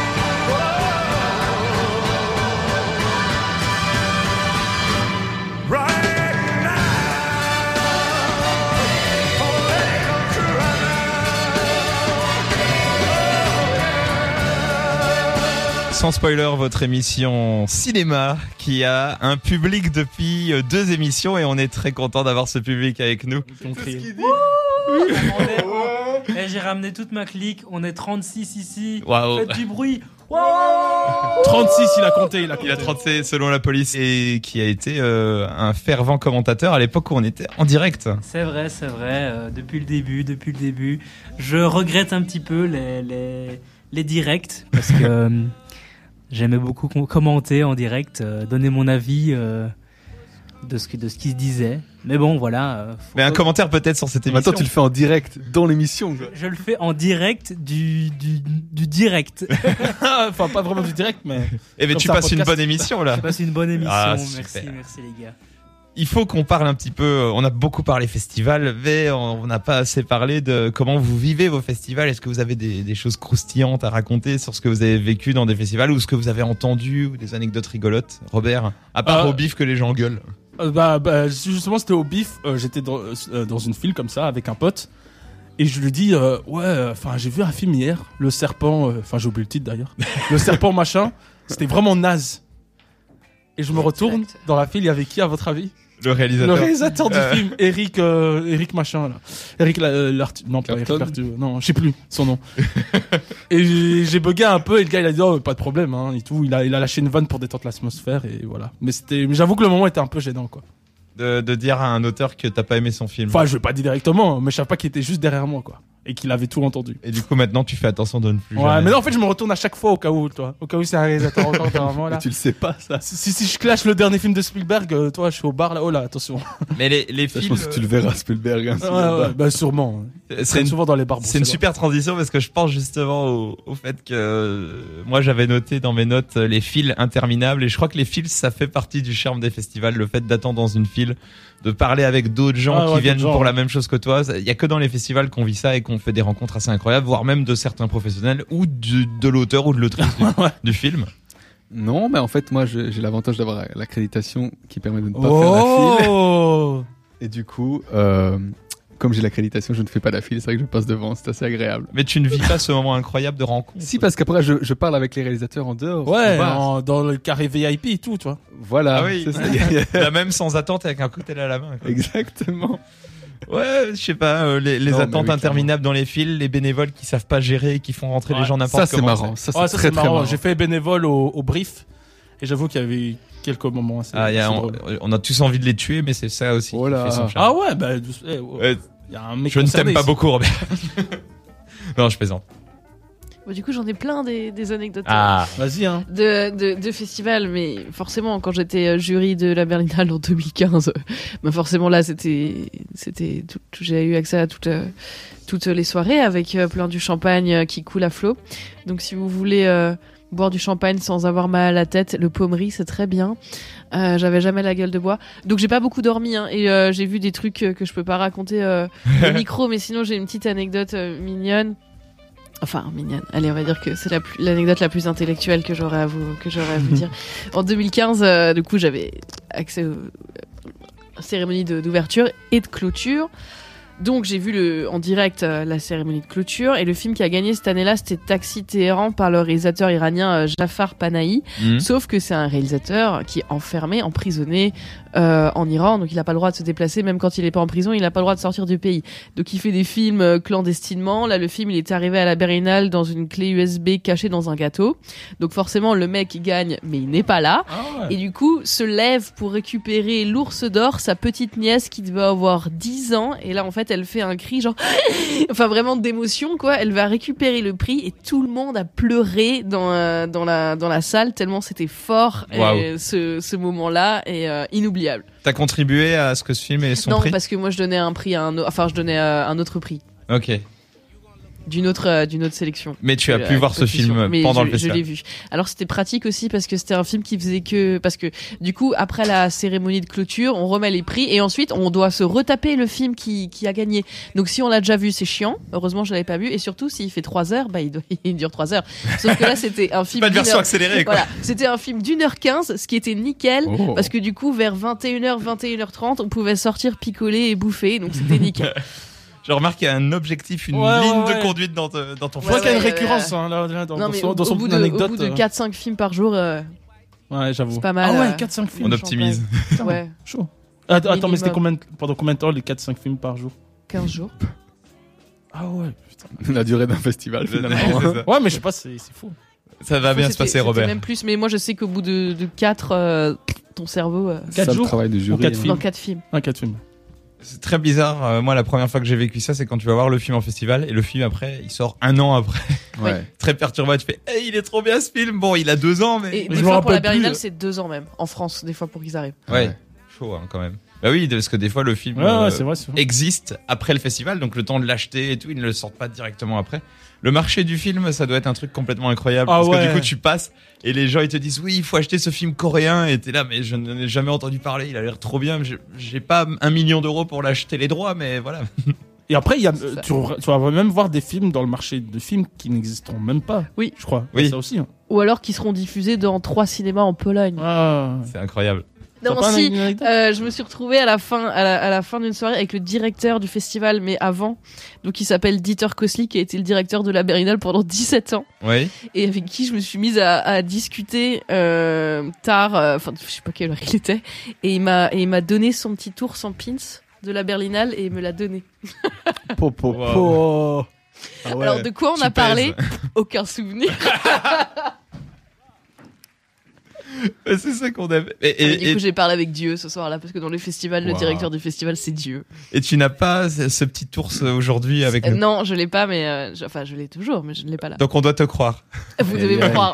Speaker 5: Right now, oh, let it come true right now.
Speaker 1: Sans spoiler, votre émission cinéma qui a un public depuis euh, deux émissions et on est très content d'avoir ce public avec nous.
Speaker 6: Eh, j'ai ramené toute ma clique, on est trente-six ici.
Speaker 1: Waouh.
Speaker 6: Faites du bruit. Waouh.
Speaker 4: trente-six, il a compté, il a compté.
Speaker 1: Il a trente-six selon la police et qui a été euh, un fervent commentateur à l'époque où on était en direct.
Speaker 6: C'est vrai, c'est vrai. euh, depuis le début, depuis le début, je regrette un petit peu les les, les directs parce que euh, j'aimais beaucoup com- commenter en direct, euh, donner mon avis euh, de ce que de ce qui se disait. Mais bon, voilà. euh, faut
Speaker 1: Mais un
Speaker 6: pas-
Speaker 1: commentaire peut-être sur cette
Speaker 2: Mais
Speaker 1: émission.
Speaker 2: attends, tu le fais en direct dans l'émission. quoi.
Speaker 6: Je le fais en direct du du du direct.
Speaker 4: Enfin, pas vraiment du direct, mais.
Speaker 1: Eh mais
Speaker 4: Comme
Speaker 1: tu
Speaker 4: ça, un
Speaker 1: passes une
Speaker 4: podcast.
Speaker 1: bonne émission là.
Speaker 6: Je passe une bonne émission.
Speaker 1: Ah,
Speaker 6: merci,
Speaker 1: super.
Speaker 6: merci les gars.
Speaker 1: il faut qu'on parle un petit peu. On a beaucoup parlé festival, mais on n'a pas assez parlé de comment vous vivez vos festivals. Est-ce que vous avez des, des choses croustillantes à raconter sur ce que vous avez vécu dans des festivals ou ce que vous avez entendu ou des anecdotes rigolotes, Robert? À part
Speaker 4: Euh,
Speaker 1: au bif que les gens gueulent.
Speaker 4: Euh, bah, bah, justement, c'était au bif. euh, J'étais dans, euh, dans une file comme ça avec un pote. Et je lui dis, euh, ouais, enfin, j'ai vu un film hier, Le Serpent. Enfin, j'ai oublié le titre d'ailleurs. Le Serpent machin. C'était vraiment naze. Et je me retourne
Speaker 3: Direct.
Speaker 4: dans la file. Il y avait qui à votre avis?
Speaker 1: Le réalisateur.
Speaker 4: Le réalisateur du
Speaker 1: Euh.
Speaker 4: film, Eric, euh, Eric machin là. Eric La- euh, Lartu- non pas Eric
Speaker 2: Clapton.
Speaker 4: Lartu- non, je sais plus son nom. Et j'ai j'ai bugué un peu et le gars il a dit oh pas de problème hein, et tout. Il a il a lâché une vanne pour détendre l'atmosphère et voilà. Mais c'était, mais j'avoue que le moment était un peu gênant quoi.
Speaker 1: De, de dire à un auteur que t'as pas aimé son film.
Speaker 4: Enfin je vais pas dire directement, mais je savais pas qu'il était juste derrière moi quoi et qu'il avait tout entendu.
Speaker 1: Et du coup, maintenant, tu fais attention de ne plus
Speaker 4: Ouais,
Speaker 1: jamais.
Speaker 4: mais non en fait je me retourne à chaque fois au cas où toi, au cas où c'est un réalisateur encore vraiment là.
Speaker 2: Mais tu le sais pas, ça.
Speaker 4: Si, si si je clash le dernier film de Spielberg, euh, toi je suis au bar là, oh là attention.
Speaker 1: Mais les, les
Speaker 2: Ça, je
Speaker 1: films,
Speaker 2: pense que tu le verras, Spielberg. Hein,
Speaker 4: Ouais,
Speaker 2: s'il est
Speaker 4: ouais,
Speaker 2: là-bas.
Speaker 4: bah sûrement.
Speaker 1: c'est
Speaker 4: C'est
Speaker 1: une
Speaker 4: souvent dans les bars.
Speaker 1: C'est une
Speaker 4: bruxellois.
Speaker 1: super transition parce que je pense justement au, au fait que euh, moi j'avais noté dans mes notes euh, les files interminables et je crois que les files ça fait partie du charme des festivals, le fait d'attendre dans une file, de parler avec d'autres gens
Speaker 4: Ah ouais,
Speaker 1: qui viennent
Speaker 4: d'autres gens,
Speaker 1: pour
Speaker 4: ouais.
Speaker 1: la même chose que toi. Il y a que dans les festivals qu'on vit ça et qu'on fait des rencontres assez incroyables, voire même de certains professionnels ou du, de l'auteur ou de l'autrice du, du film.
Speaker 2: Non, mais en fait, moi, je- j'ai l'avantage d'avoir l'accréditation qui permet de ne pas faire la file.
Speaker 4: Oh.
Speaker 2: Et du coup, euh, comme j'ai l'accréditation, je ne fais pas la file. C'est vrai que je passe devant. C'est assez agréable.
Speaker 1: Mais tu ne vis pas ce moment incroyable de rencontre.
Speaker 2: Si, parce qu'après, je, je parle avec les réalisateurs en dehors.
Speaker 4: Ouais,
Speaker 2: au bar.
Speaker 4: en- dans le carré V I P et tout, tu vois.
Speaker 2: Voilà.
Speaker 1: Ah oui.
Speaker 2: c'est ça.
Speaker 1: Là même sans attente avec un cocktail à la main. quoi.
Speaker 2: Exactement.
Speaker 1: Ouais, je sais pas, euh, les, les
Speaker 2: Non, mais
Speaker 1: attentes
Speaker 2: oui,
Speaker 1: interminables dans les files, les bénévoles qui savent pas gérer et qui font rentrer les
Speaker 4: Ouais.
Speaker 1: gens n'importe
Speaker 2: Ça, c'est
Speaker 1: comment.
Speaker 2: marrant. Ça, c'est
Speaker 4: Ouais, ça,
Speaker 2: très,
Speaker 4: c'est
Speaker 2: très
Speaker 4: marrant.
Speaker 2: marrant.
Speaker 4: J'ai fait bénévole au, au brief et j'avoue qu'il y avait quelques moments assez,
Speaker 1: Ah, y a,
Speaker 4: assez
Speaker 1: on,
Speaker 4: drôles.
Speaker 1: on a tous envie de les tuer, mais c'est ça aussi.
Speaker 2: Oh
Speaker 1: qui
Speaker 2: là.
Speaker 1: fait son charme.
Speaker 4: Ah ouais, bah, douce- eh, ouais.
Speaker 1: Ouais,
Speaker 4: Il y a un mec
Speaker 1: je ne
Speaker 4: concerné
Speaker 1: t'aime pas
Speaker 4: ici.
Speaker 1: beaucoup, Robert. Non, je plaisante.
Speaker 3: Bon, du coup, j'en ai plein des, des anecdotes
Speaker 1: Ah.
Speaker 4: Vas-y, hein.
Speaker 3: de, de, de festivals, mais forcément, quand j'étais euh, jury de la Berlinale en deux mille quinze, euh, bah forcément là, c'était, c'était, tout, tout- j'ai eu accès à toutes, euh, toutes les soirées avec euh, plein du champagne euh, qui coule à flot. Donc, si vous voulez euh, boire du champagne sans avoir mal à la tête, le Pommery, c'est très bien. Euh, j'avais jamais la gueule de bois, donc j'ai pas beaucoup dormi hein, et euh, j'ai vu des trucs euh, que je peux pas raconter euh, au micro, mais sinon j'ai une petite anecdote euh, mignonne. Enfin, mignonne. Allez, on va dire que c'est la plus- l'anecdote la plus intellectuelle que j'aurais à vous, que j'aurais à vous dire. En deux mille quinze, euh, du coup, j'avais accès aux aux cérémonies de- d'ouverture et de clôture. Donc, j'ai vu le, en direct euh, la cérémonie de clôture et le film qui a gagné cette année-là, c'était Taxi Téhéran par le réalisateur iranien euh, Jafar Panahi.
Speaker 1: Hmm.
Speaker 3: Sauf que c'est un réalisateur qui est enfermé, emprisonné euh, en Iran, donc il n'a pas le droit de se déplacer, même quand il n'est pas en prison, il n'a pas le droit de sortir du pays. Donc il fait des films euh, clandestinement. Là, le film, il est arrivé à la Berlinale dans une clé U S B cachée dans un gâteau. Donc forcément, le mec il gagne, mais il n'est pas là.
Speaker 4: Ah ouais.
Speaker 3: Et du coup, se lève pour récupérer l'ours d'or, sa petite nièce qui devait avoir dix ans. Et là, en fait, elle fait un cri genre, enfin vraiment d'émotion quoi. Elle va récupérer le prix et tout le monde a pleuré dans euh, dans la dans la salle tellement c'était fort
Speaker 1: Waouh.
Speaker 3: euh, ce ce moment-là et euh, inoubliable.
Speaker 1: T'as contribué à ce que ce film ait son
Speaker 3: non,
Speaker 1: prix.
Speaker 3: parce que moi je donnais un prix à un au- enfin je donnais euh, un autre prix
Speaker 1: Ok.
Speaker 3: d'une autre euh, d'une autre sélection.
Speaker 1: Mais tu as
Speaker 3: Euh,
Speaker 1: pu voir ce
Speaker 3: compétition.
Speaker 1: film
Speaker 3: Mais
Speaker 1: pendant
Speaker 3: je,
Speaker 1: le festival.
Speaker 3: Je l'ai vu. Alors c'était pratique aussi parce que c'était un film qui faisait que parce que du coup après la cérémonie de clôture, on remet les prix et ensuite on doit se retaper le film qui qui a gagné. Donc si on l'a déjà vu, c'est chiant. Heureusement, je l'avais pas vu et surtout s'il fait trois heures, bah il, doit, il dure trois heures. Sauf que là c'était un film
Speaker 1: Pas de
Speaker 3: d'une
Speaker 1: version
Speaker 3: heure-
Speaker 1: accélérée, quoi.
Speaker 3: Voilà, c'était un film d'une heure quinze, ce qui était nickel.
Speaker 2: Oh.
Speaker 3: Parce que du coup, vers vingt et une heures, vingt et une heures trente, on pouvait sortir picoler et bouffer, donc c'était nickel.
Speaker 1: Je remarque qu'il y a un objectif, une
Speaker 4: Ouais,
Speaker 1: ligne
Speaker 4: ouais,
Speaker 1: de
Speaker 4: ouais.
Speaker 1: conduite dans, te- dans ton
Speaker 4: Je
Speaker 3: Ouais,
Speaker 4: vois
Speaker 1: film.
Speaker 4: qu'il y a une
Speaker 3: ouais,
Speaker 4: récurrence
Speaker 3: ouais.
Speaker 4: hein, là, là, dans,
Speaker 3: non
Speaker 4: dans
Speaker 3: mais
Speaker 4: son,
Speaker 3: au,
Speaker 4: dans
Speaker 3: au
Speaker 4: son
Speaker 3: bout de,
Speaker 4: anecdote.
Speaker 3: au bout de
Speaker 4: euh,
Speaker 3: quatre cinq films par jour, euh,
Speaker 4: Ouais, j'avoue.
Speaker 3: c'est pas mal.
Speaker 4: Ah ouais,
Speaker 3: euh,
Speaker 4: quatre cinq films.
Speaker 1: On optimise.
Speaker 4: Putain,
Speaker 3: ouais,
Speaker 4: Chaud. Attends, attends, mais c'était
Speaker 3: Minimum.
Speaker 4: combien, pendant combien de temps les quatre cinq films par jour?
Speaker 3: quinze jours.
Speaker 4: Ah ouais, putain.
Speaker 2: La durée d'un festival, finalement.
Speaker 1: C'est ça.
Speaker 4: Ouais, mais je sais pas, c'est c'est fou.
Speaker 1: Ça va bien se
Speaker 3: C'était-
Speaker 1: passer,
Speaker 3: c'était
Speaker 1: Robert.
Speaker 3: même plus, mais moi je sais qu'au bout de, de quatre, euh, ton cerveau, euh,
Speaker 4: Quatre
Speaker 2: Ça, le
Speaker 4: jours
Speaker 2: travail de jury.
Speaker 4: quatre
Speaker 2: hein.
Speaker 4: films.
Speaker 3: dans quatre films.
Speaker 4: Un quatre films.
Speaker 1: C'est très bizarre. Euh, moi, la première fois que j'ai vécu ça, c'est quand tu vas voir le film en festival et le film après, il sort un an après.
Speaker 2: Ouais.
Speaker 1: Très perturbant. Tu fais, hey, il est trop bien ce film. Bon, il a deux ans, mais.
Speaker 3: Et
Speaker 4: Mais
Speaker 3: des
Speaker 4: je me
Speaker 3: fois pour la
Speaker 4: rappelle plus,
Speaker 3: Berlinale,
Speaker 4: euh.
Speaker 3: c'est deux ans même, en France, des fois pour qu'ils arrivent.
Speaker 1: Ouais. Chaud, hein, quand même. Bah oui, parce que des fois le film
Speaker 4: Ouais, ouais,
Speaker 1: euh,
Speaker 4: c'est vrai, c'est vrai.
Speaker 1: existe après le festival, donc le temps de l'acheter et tout, ils ne le sortent pas directement après. Le marché du film, ça doit être un truc complètement incroyable,
Speaker 4: Ah
Speaker 1: parce que
Speaker 4: ouais.
Speaker 1: du coup tu passes et les gens ils te disent oui, il faut acheter ce film coréen, et t'es là, mais je n'en ai jamais entendu parler, il a l'air trop bien, j'ai- j'ai pas un million d'euros pour l'acheter les droits, mais voilà.
Speaker 4: Et après, il y a,
Speaker 3: C'est
Speaker 4: euh,
Speaker 3: ça.
Speaker 4: tu, tu vas même voir des films dans le marché de films qui n'existeront même pas.
Speaker 3: Oui.
Speaker 4: Je crois.
Speaker 1: Oui.
Speaker 4: Il y a ça aussi. Hein.
Speaker 3: Ou alors qui seront diffusés dans trois cinémas en Pologne.
Speaker 4: Ah.
Speaker 1: C'est incroyable.
Speaker 3: Non,
Speaker 4: T'as pas
Speaker 3: si,
Speaker 4: une anecdote
Speaker 3: euh, je me suis retrouvée à la fin, à la, à la fin d'une soirée avec le directeur du festival, mais avant. Donc, il s'appelle Dieter Kosli, qui a été le directeur de la Berlinale pendant dix-sept ans.
Speaker 1: Oui.
Speaker 3: Et avec qui je me suis mise à, à discuter, euh, tard, euh, enfin, je sais pas quelle heure il était. Et il m'a, et il m'a donné son petit tour sans pins de la Berlinale et il me l'a donné.
Speaker 2: Po, po,
Speaker 1: Wow.
Speaker 2: po. Ah ouais.
Speaker 3: Alors, de quoi on
Speaker 1: tu
Speaker 3: a parlé?
Speaker 1: pèses.
Speaker 3: Aucun souvenir.
Speaker 1: Mais c'est ça qu'on aime. Et,
Speaker 3: Et,
Speaker 1: et,
Speaker 3: du
Speaker 1: et-
Speaker 3: coup, j'ai parlé avec Dieu ce soir-là, parce que dans le festival, le
Speaker 1: Wow.
Speaker 3: directeur du festival, c'est Dieu.
Speaker 1: et tu n'as pas ce ce petit ours aujourd'hui avec
Speaker 3: Euh,
Speaker 1: nous.
Speaker 3: non, je l'ai pas, mais euh, je- enfin, je l'ai toujours, mais je ne l'ai pas là.
Speaker 1: Donc on doit te croire.
Speaker 3: Vous
Speaker 2: Aïe,
Speaker 3: devez me
Speaker 2: aïe.
Speaker 3: croire.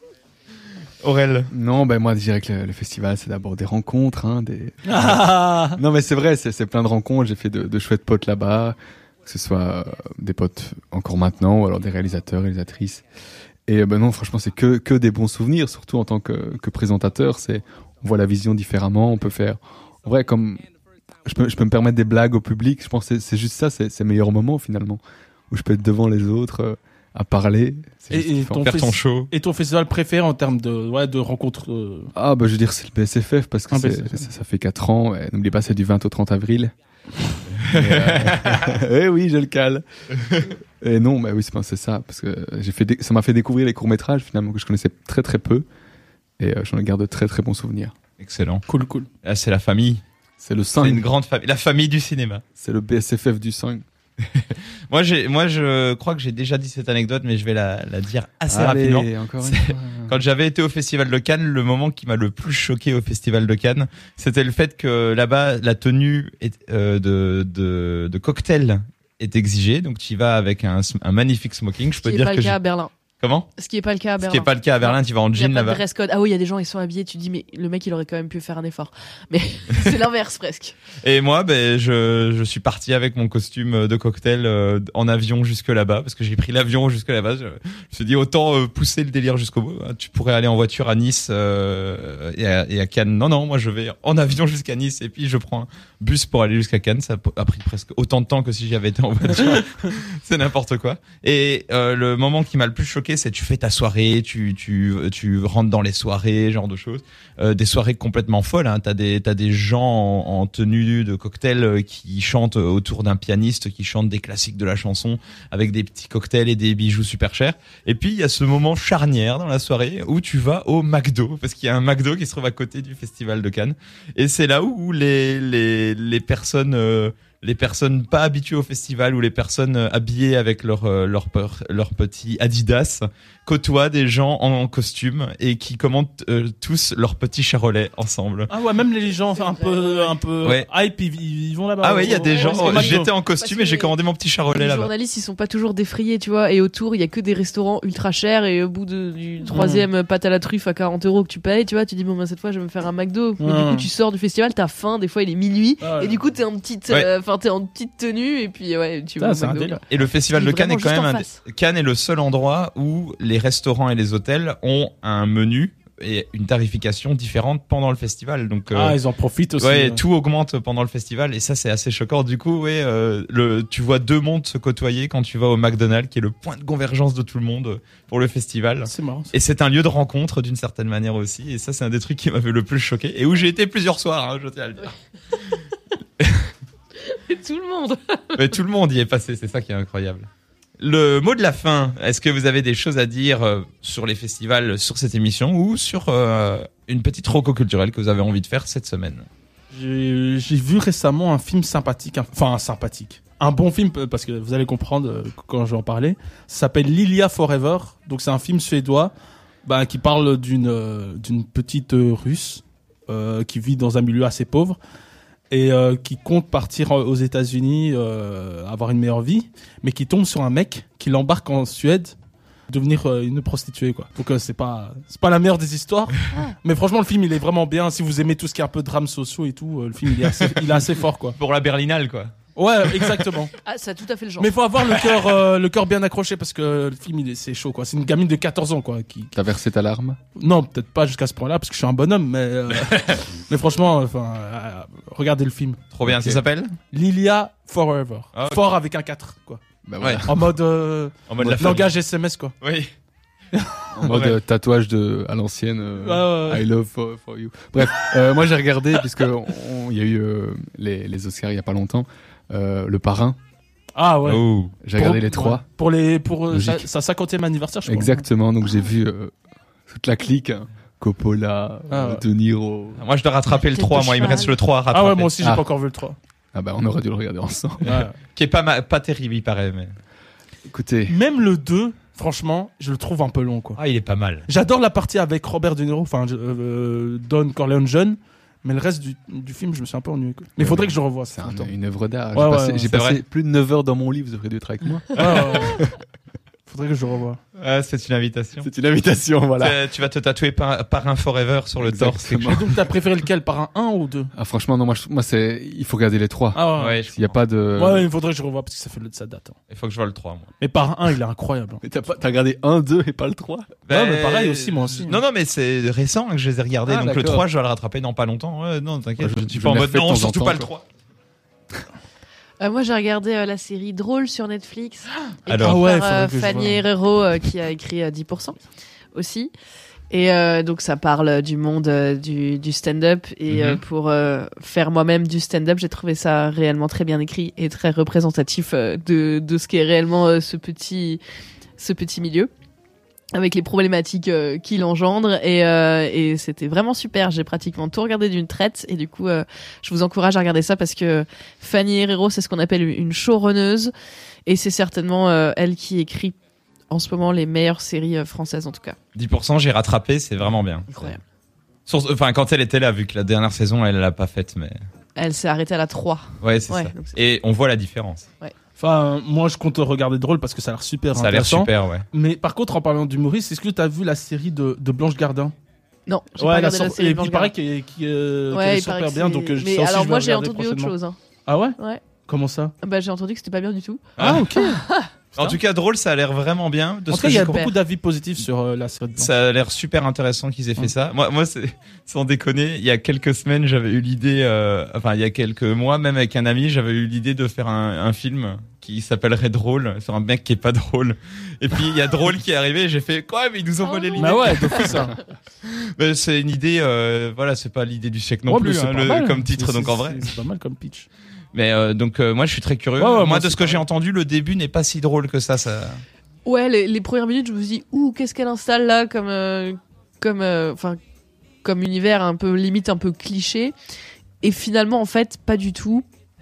Speaker 1: Aurel.
Speaker 2: Non, ben moi, je dirais que le, le festival, c'est d'abord des rencontres, hein, des.
Speaker 4: Ah.
Speaker 2: Non, mais c'est vrai, c'est c'est plein de rencontres. J'ai fait de, de chouettes potes là-bas, que ce soit euh, des potes encore maintenant, ou alors des réalisateurs, réalisatrices. Et euh, ben non, franchement, c'est que que des bons souvenirs, surtout en tant que, que présentateur. C'est on voit la vision différemment. On peut faire, en vrai, comme je peux je peux me permettre des blagues au public. Je pense que c'est c'est juste ça, c'est c'est le meilleur moment finalement où je peux être devant les autres euh, à parler. C'est
Speaker 4: Et-
Speaker 2: juste
Speaker 4: et
Speaker 2: kiffant.
Speaker 4: ton-
Speaker 1: Faire ton
Speaker 4: fes-
Speaker 1: show.
Speaker 4: Et ton festival préféré en termes de, ouais, de rencontres euh,
Speaker 2: Ah bah je veux dire c'est le B S F F parce que
Speaker 4: Un
Speaker 2: c'est-
Speaker 4: B S F F.
Speaker 2: ça, ça fait quatre ans. Et n'oubliez pas c'est du vingt au trente avril. Et, euh, eh oui je le cale. Et non bah oui c'est c'est ça parce que j'ai fait dé- ça m'a fait découvrir les courts métrages finalement que je connaissais très très peu et euh, j'en garde de très très bons souvenirs.
Speaker 1: Excellent.
Speaker 4: cool, cool.
Speaker 1: Là, c'est la famille.
Speaker 2: C'est le
Speaker 1: C'est une
Speaker 2: cinq,
Speaker 1: grande famille. La famille du cinéma.
Speaker 2: c'est le B S F F du cinq.
Speaker 1: Moi, j'ai, moi, je crois que j'ai déjà dit cette anecdote, mais je vais la, la dire assez
Speaker 2: Allez,
Speaker 1: rapidement.
Speaker 2: encore une
Speaker 1: C'est-
Speaker 2: fois.
Speaker 1: Quand j'avais été au Festival de Cannes, le moment qui m'a le plus choqué au Festival de Cannes, c'était le fait que là-bas, la tenue est, euh, de, de, de cocktail est exigée. Donc, tu y vas avec un, un magnifique smoking. Je
Speaker 3: Ce
Speaker 1: peux
Speaker 3: qui
Speaker 1: te
Speaker 3: n'est
Speaker 1: dire
Speaker 3: pas
Speaker 1: que
Speaker 3: le
Speaker 1: j'ai...
Speaker 3: cas à Berlin.
Speaker 1: Comment?
Speaker 3: Ce qui n'est pas le cas à
Speaker 1: Ce
Speaker 3: Berlin.
Speaker 1: qui est pas le cas à Berlin, tu vas en
Speaker 3: Il y a
Speaker 1: jean
Speaker 3: pas de
Speaker 1: là-bas.
Speaker 3: dress code. Ah oui, il y a des gens, ils sont habillés, tu dis, mais le mec, il aurait quand même pu faire un effort. Mais c'est l'inverse presque.
Speaker 1: Et moi, ben, je, je suis parti avec mon costume de cocktail euh, en avion jusque là-bas, parce que j'ai pris l'avion jusque là-bas. Je, je me suis dit, autant euh, pousser le délire jusqu'au bout. Tu pourrais aller en voiture à Nice euh, et, à, et à Cannes. Non, non, moi je vais en avion jusqu'à Nice, et puis je prends un bus pour aller jusqu'à Cannes. Ça a pris presque autant de temps que si j'avais été en voiture. C'est n'importe quoi. Et euh, le moment qui m'a le plus choqué, c'est tu fais ta soirée, tu, tu, tu rentres dans les soirées, genre de choses. Euh, des soirées complètement folles. Hein. T'as des t'as des gens en, en tenue de cocktail euh, qui chantent autour d'un pianiste, qui chantent des classiques de la chanson avec des petits cocktails et des bijoux super chers. Et puis il y a ce moment charnière dans la soirée où tu vas au McDo, parce qu'il y a un McDo qui se trouve à côté du Festival de Cannes. Et c'est là où les les les personnes euh, les personnes pas habituées au festival ou les personnes euh, habillées avec leur euh, leur leur, leur petit Adidas côtoient des gens en costume et qui commentent euh, tous leur petit charolais ensemble.
Speaker 4: Ah ouais, même les gens enfin, un peu, un peu
Speaker 1: Ouais.
Speaker 4: hype, ils, ils vont là-bas.
Speaker 1: Ah ouais, il y a des
Speaker 3: ouais,
Speaker 1: gens,
Speaker 3: ouais, c'est
Speaker 1: j'étais en costume
Speaker 3: Parce
Speaker 1: et j'ai
Speaker 3: que
Speaker 1: commandé mon petit charolais
Speaker 3: Les
Speaker 1: là-bas.
Speaker 3: journalistes, ils sont pas toujours défrayés, tu vois. Et autour, il y a que des restaurants ultra chers. Et au bout de, du troisième pâte à la truffe à quarante euros que tu payes, tu vois, tu dis, bon, bah, cette fois, je vais me faire un McDo. Mais
Speaker 4: Mm.
Speaker 3: du coup, tu sors du festival, t'as faim, des fois, il est minuit.
Speaker 4: Ah ouais.
Speaker 3: Et du coup, t'es en petite,
Speaker 1: Ouais.
Speaker 3: euh, enfin, t'es en petite tenue. Et puis, ouais, tu vas
Speaker 4: Ça,
Speaker 3: au
Speaker 4: c'est un
Speaker 3: McDo.
Speaker 4: délire.
Speaker 1: Et le festival
Speaker 3: Il
Speaker 1: de
Speaker 3: est
Speaker 1: Cannes est
Speaker 3: vraiment
Speaker 1: quand même
Speaker 3: juste
Speaker 1: un
Speaker 3: en
Speaker 1: des- Cannes est le seul endroit où les restaurants et les hôtels ont un menu et une tarification différente pendant le festival. Donc euh,
Speaker 4: Ah, ils en profitent aussi.
Speaker 1: ouais,
Speaker 4: hein.
Speaker 1: tout augmente pendant le festival et ça c'est assez choquant. Du coup, ouais, euh, le tu vois deux mondes se côtoyer quand tu vas au McDonald's qui est le point de convergence de tout le monde pour le festival.
Speaker 4: C'est marrant. ça.
Speaker 1: Et c'est un lieu de rencontre d'une certaine manière aussi. Et ça, c'est un des trucs qui m'avait le plus choqué et où j'ai été plusieurs soirs, hein, je tiens à le dire.
Speaker 3: Et tout le monde.
Speaker 1: Mais tout le monde y est passé, c'est ça qui est incroyable. Le mot de la fin, est-ce que vous avez des choses à dire euh, sur les festivals, sur cette émission ou sur euh, une petite roco culturelle que vous avez envie de faire cette semaine?
Speaker 4: J'ai j'ai vu récemment un film sympathique, un- enfin un sympathique, un bon film euh, parce que vous allez comprendre euh, quand je vais en parler. Ça s'appelle Lilia Forever, donc c'est un film suédois bah, qui parle d'une euh, d'une petite euh, Russe euh, qui vit dans un milieu assez pauvre et euh, qui compte partir aux États-Unis, euh, avoir une meilleure vie, mais qui tombe sur un mec qui l'embarque en Suède devenir euh, une prostituée, quoi. Donc euh, c'est pas c'est pas la meilleure des histoires, mais franchement le film il est vraiment bien. Si vous aimez tout ce qui est un peu drame sociaux et tout, euh, le film il est assez, il est assez fort, quoi.
Speaker 1: Pour la Berlinale, quoi.
Speaker 4: Ouais, exactement.
Speaker 3: Ah, ça a tout à fait le genre.
Speaker 4: Mais faut avoir le cœur euh, le cœur bien accroché parce que le film il est c'est chaud, quoi. C'est une gamine de quatorze ans, quoi, qui
Speaker 2: T'as versé ta larme?
Speaker 4: non, peut-être pas jusqu'à ce point-là parce que je suis un bonhomme, mais euh, mais franchement, enfin, euh, regardez le film.
Speaker 1: Trop bien,
Speaker 2: Ok.
Speaker 1: ça s'appelle
Speaker 4: Lilia Forever.
Speaker 1: Ah, ok.
Speaker 4: Fort avec un quatre, quoi.
Speaker 2: Bah
Speaker 1: Ouais.
Speaker 2: voilà.
Speaker 4: En mode euh,
Speaker 1: En mode la famille.
Speaker 4: langage S M S, quoi.
Speaker 1: Oui.
Speaker 2: En mode
Speaker 1: Ouais.
Speaker 2: euh, tatouage de à l'ancienne. euh,
Speaker 4: Ouais, ouais, ouais.
Speaker 2: I love for, for you. Bref, euh, moi j'ai regardé puisque on- on- il y a eu euh, les, les Oscars il y a pas longtemps. Euh, le Parrain.
Speaker 4: Ah ouais.
Speaker 1: Oh.
Speaker 2: J'ai regardé
Speaker 4: Pour-
Speaker 2: les trois.
Speaker 4: ouais. Pour les pour euh, sa,
Speaker 2: Logique.
Speaker 4: sa cinquantième anniversaire, je crois.
Speaker 2: Exactement. Donc j'ai vu euh, toute la clique. hein. Coppola,
Speaker 4: Ah
Speaker 2: euh,
Speaker 4: ouais.
Speaker 2: De Niro.
Speaker 1: Moi, je dois rattraper le
Speaker 3: Tête
Speaker 1: trois.
Speaker 3: de
Speaker 1: Moi, il me
Speaker 3: cheval.
Speaker 1: reste le trois à rattraper.
Speaker 4: Ah ouais, moi aussi j'ai
Speaker 2: Ah.
Speaker 4: pas encore vu le trois.
Speaker 2: Ah bah on aurait dû le regarder ensemble.
Speaker 4: Ouais.
Speaker 1: Qui est pas, ma- pas terrible, il paraît. Mais...
Speaker 2: Écoutez,
Speaker 4: Même le deux, franchement, je le trouve un peu long, quoi.
Speaker 1: Ah, il est pas mal.
Speaker 4: J'adore la partie avec Robert De Niro, enfin euh, Don Corleone jeune, mais le reste du, du film, je me suis un peu ennuyé, quoi. Mais il
Speaker 2: Ouais,
Speaker 4: faudrait
Speaker 2: ouais.
Speaker 4: que je le revoie.
Speaker 2: c'est
Speaker 4: ça
Speaker 2: un-
Speaker 4: fait longtemps.
Speaker 2: une œuvre d'art.
Speaker 4: Ouais,
Speaker 2: j'ai
Speaker 4: ouais,
Speaker 2: passé,
Speaker 4: ouais,
Speaker 2: j'ai
Speaker 1: c'est
Speaker 2: passé
Speaker 1: vrai.
Speaker 2: plus de neuf heures dans mon lit. Vous auriez dû être avec moi.
Speaker 4: Ouais, ouais, ouais. Faudrait que je le revoie.
Speaker 1: Ah, c'est une invitation.
Speaker 2: C'est une invitation, voilà.
Speaker 1: C'est- Tu vas te tatouer par, par un Forever sur le torse.
Speaker 2: Exactement.
Speaker 4: Et donc t'as préféré lequel, par un un ou deux?
Speaker 2: Ah franchement non, moi, je- moi c'est, il faut regarder les trois.
Speaker 4: Ah ouais.
Speaker 1: Ouais, je
Speaker 2: S'il y a
Speaker 1: comprends.
Speaker 2: pas de.
Speaker 4: Ouais, il faudrait que je le revoie parce que ça fait le de sa date. hein.
Speaker 1: Il faut que je vois le trois, moi.
Speaker 4: Mais par un, il est incroyable. hein.
Speaker 2: Mais t'as pas, t'as regardé un, deux et pas le trois.
Speaker 4: Ouais, mais pareil aussi, moi aussi.
Speaker 1: Non, non, mais c'est récent hein, que je les ai regardés.
Speaker 2: Ah,
Speaker 1: donc le
Speaker 2: d'accord.
Speaker 1: trois, je vais le rattraper dans pas longtemps. Ouais, non, t'inquiète.
Speaker 2: Ouais, je-
Speaker 1: je suis
Speaker 2: je
Speaker 1: pas en
Speaker 2: les
Speaker 1: mode
Speaker 2: refais de
Speaker 1: non,
Speaker 2: temps en
Speaker 1: surtout
Speaker 2: temps,
Speaker 1: pas le
Speaker 2: quoi.
Speaker 1: trois.
Speaker 3: Euh, moi, j'ai regardé euh, la série Drôle sur Netflix.
Speaker 1: Alors.
Speaker 4: Ah ouais,
Speaker 3: par euh,
Speaker 4: faudrait que je
Speaker 3: Fanny
Speaker 4: vois.
Speaker 3: Herrero euh, qui a écrit euh, dix pour cent aussi. Et euh, donc ça parle euh, du monde euh, du, du stand-up et
Speaker 1: Mhm.
Speaker 3: euh, pour euh, faire moi-même du stand-up, j'ai trouvé ça réellement très bien écrit et très représentatif euh, de, de ce qu'est réellement euh, ce petit ce petit milieu avec les problématiques euh, qu'il engendre et, euh, et c'était vraiment super. J'ai pratiquement tout regardé d'une traite et du coup euh, je vous encourage à regarder ça parce que Fanny Herrero c'est ce qu'on appelle une showrunneuse et c'est certainement euh, elle qui écrit en ce moment les meilleures séries euh, françaises en tout cas.
Speaker 1: dix pour cent, j'ai rattrapé, c'est vraiment bien.
Speaker 3: Incroyable.
Speaker 1: Sur- Enfin, quand elle était là, vu que la dernière saison, elle l'a pas faite, mais.
Speaker 3: Elle s'est arrêtée à la trois.
Speaker 1: Ouais, c'est
Speaker 3: Ouais,
Speaker 1: ça.
Speaker 3: donc c'est-
Speaker 1: Et on voit la différence.
Speaker 4: Enfin, moi, je compte regarder Drôle parce que ça a l'air super
Speaker 1: Ça a l'air
Speaker 4: intéressant.
Speaker 1: super, ouais.
Speaker 4: Mais par contre, en parlant d'humoriste, est-ce que t'as vu la série de, de Blanche Gardin?
Speaker 3: Non, j'ai
Speaker 4: Ouais,
Speaker 3: pas
Speaker 4: elle a
Speaker 3: regardé la
Speaker 4: sorti-
Speaker 3: série
Speaker 4: et
Speaker 3: Blanche
Speaker 4: puis il paraît
Speaker 3: Gardin.
Speaker 4: qu'elle qu'elle- qu'elle
Speaker 3: Ouais,
Speaker 4: est
Speaker 3: il paraît
Speaker 4: super
Speaker 3: que
Speaker 4: bien,
Speaker 3: c'est-
Speaker 4: donc euh, je
Speaker 3: Mais
Speaker 4: ça aussi,
Speaker 3: alors
Speaker 4: je vais
Speaker 3: moi j'ai
Speaker 4: regarder
Speaker 3: entendu autre
Speaker 4: prochainement.
Speaker 3: chose. Hein.
Speaker 4: Ah ouais?
Speaker 3: Ouais.
Speaker 4: Comment ça?
Speaker 3: Bah j'ai entendu que c'était pas bien du tout.
Speaker 4: Ah, ok.
Speaker 1: En tout cas, drôle, ça a l'air vraiment bien. De
Speaker 4: En
Speaker 1: ce
Speaker 4: tout cas,
Speaker 1: que
Speaker 4: il y a
Speaker 1: j'ai
Speaker 3: compris.
Speaker 4: beaucoup d'avis positifs sur euh, la série de Blanche.
Speaker 1: Ça a l'air super intéressant qu'ils aient fait
Speaker 4: Ouais.
Speaker 1: ça. Moi, moi, c'est sans déconner. Il y a quelques semaines, j'avais eu l'idée, euh, enfin, il y a quelques mois, même avec un ami, j'avais eu l'idée de faire un, un film qui s'appellerait Drôle sur un mec qui est pas drôle. Et puis il y a Drôle qui est arrivé. Et j'ai fait quoi? Mais ils nous ont
Speaker 3: Oh
Speaker 1: volé
Speaker 3: non.
Speaker 1: l'idée.
Speaker 4: Bah ouais, d'office, ça.
Speaker 1: Mais c'est une idée. Euh, voilà, c'est pas l'idée du siècle non
Speaker 4: Ouais, mais
Speaker 1: plus,
Speaker 4: c'est
Speaker 1: hein,
Speaker 4: pas
Speaker 1: le-
Speaker 4: mal.
Speaker 1: comme titre.
Speaker 4: C'est-
Speaker 1: Donc
Speaker 4: c'est-
Speaker 1: en vrai.
Speaker 4: C'est c'est pas mal comme pitch.
Speaker 1: Mais euh, donc euh, moi, je suis très curieux.
Speaker 4: Ouais, ouais,
Speaker 1: moi,
Speaker 4: moi,
Speaker 1: de
Speaker 4: c'est
Speaker 1: ce que j'ai
Speaker 4: pareil.
Speaker 1: entendu, le début n'est pas si drôle que ça. Ça.
Speaker 3: Ouais, les, les premières minutes, je me suis dit, ouh, qu'est-ce qu'elle installe là comme, euh, comme, euh, enfin, comme univers un peu limite un peu cliché. Et finalement, en fait, pas du tout.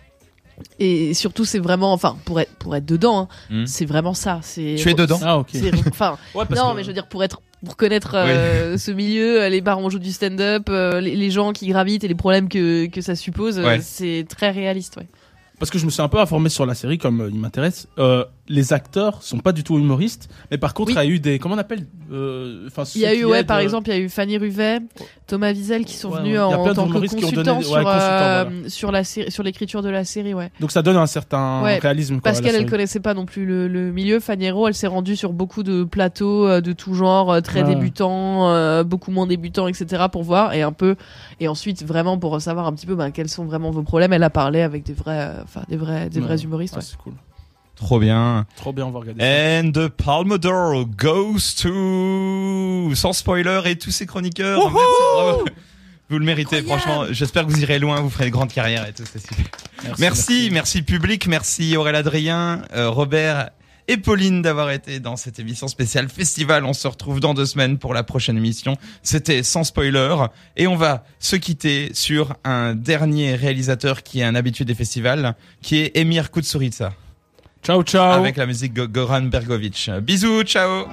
Speaker 3: Et surtout, c'est vraiment, enfin, pour être, pour être dedans, hein,
Speaker 1: Hmm.
Speaker 3: c'est vraiment ça. C'est,
Speaker 1: Tu es dedans.
Speaker 4: Ah, ok.
Speaker 3: c'est- Enfin,
Speaker 4: Ouais, parce
Speaker 3: non,
Speaker 4: que-
Speaker 3: mais je veux dire, pour être, pour connaître euh, ce milieu, euh, les bars où on joue du stand-up, euh, les, les gens qui gravitent et les problèmes que, que ça suppose, euh,
Speaker 1: Ouais.
Speaker 3: c'est très réaliste, ouais.
Speaker 4: Parce que je me suis un peu informé sur la série, comme euh, il m'intéresse. Euh, les acteurs sont pas du tout humoristes, mais par contre,
Speaker 3: Oui.
Speaker 4: il y a eu des, comment on appelle, euh, enfin,
Speaker 3: Il y a
Speaker 4: ceux
Speaker 3: eu,
Speaker 4: qui
Speaker 3: ouais,
Speaker 4: aident,
Speaker 3: par
Speaker 4: euh,
Speaker 3: exemple, il y a eu Fanny Ruvet, Thomas Wiesel qui sont
Speaker 4: Ouais,
Speaker 3: venus
Speaker 4: ouais. Il y a
Speaker 3: en,
Speaker 4: plein
Speaker 3: tant que
Speaker 4: d'humoristes qui ont donné-
Speaker 3: consultants
Speaker 4: ouais,
Speaker 3: sur,
Speaker 4: consultants,
Speaker 3: euh,
Speaker 4: voilà.
Speaker 3: sur la série, sur l'écriture de la série, ouais.
Speaker 4: Donc ça donne un certain
Speaker 3: Ouais,
Speaker 4: réalisme. Quoi,
Speaker 3: Parce
Speaker 4: à la
Speaker 3: qu'elle, elle
Speaker 4: série.
Speaker 3: connaissait pas non plus le, le milieu. Fanny Herro, elle s'est rendue sur beaucoup de plateaux euh, de tout genre, euh, très
Speaker 4: Ouais.
Speaker 3: débutants, euh, beaucoup moins débutants, et cetera pour voir et un peu, et ensuite vraiment pour savoir un petit peu ben, quels sont vraiment vos problèmes. Elle a parlé avec des vrais, euh, enfin des vrais, des
Speaker 4: Ouais.
Speaker 3: vrais humoristes.
Speaker 4: Ah,
Speaker 3: ouais.
Speaker 4: c'est cool.
Speaker 1: Trop bien.
Speaker 4: Trop bien, on va regarder ça.
Speaker 1: And the Palme d'Or goes to... Sans spoiler et tous ces chroniqueurs. Merci, bravo. Vous le méritez,
Speaker 3: Incroyable.
Speaker 1: franchement. J'espère que vous irez loin, vous ferez de grandes carrières et tout, c'est super. Merci, merci, public, merci Aurélien Adrien, euh, Robert et Pauline d'avoir été dans cette émission spéciale festival. On se retrouve dans deux semaines pour la prochaine émission. C'était Sans Spoiler et on va se quitter sur un dernier réalisateur qui est un habitué des festivals, qui est Emir Kusturica,
Speaker 4: Ciao, ciao.
Speaker 1: avec la musique Go- Goran Bergovic. Bisous, ciao.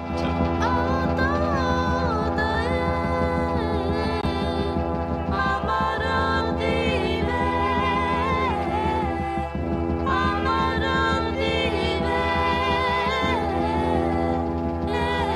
Speaker 7: Yeah.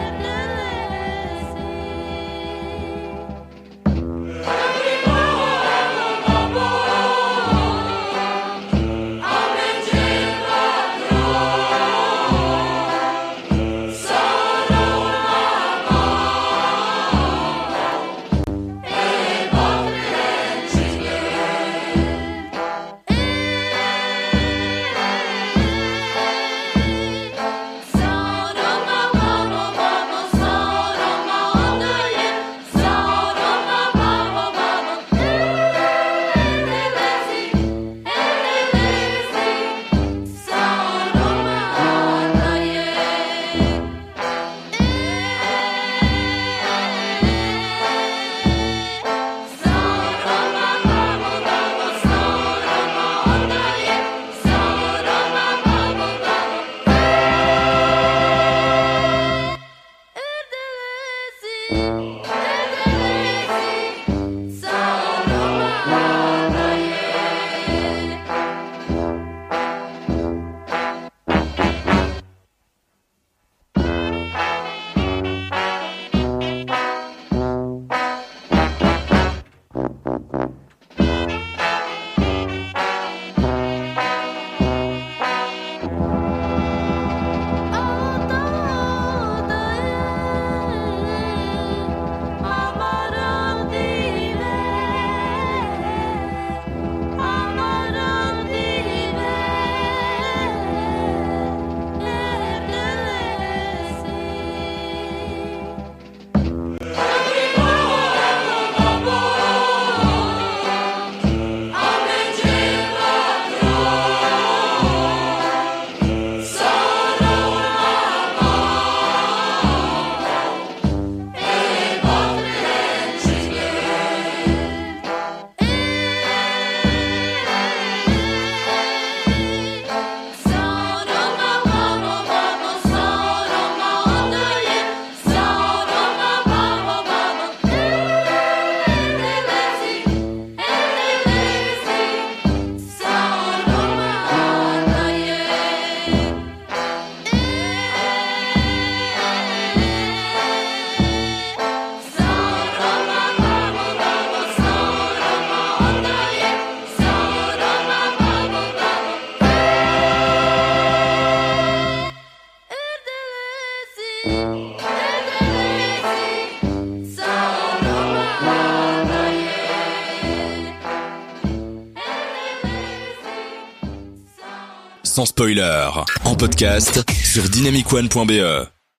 Speaker 7: sans spoiler. En podcast sur dynamic one point b e.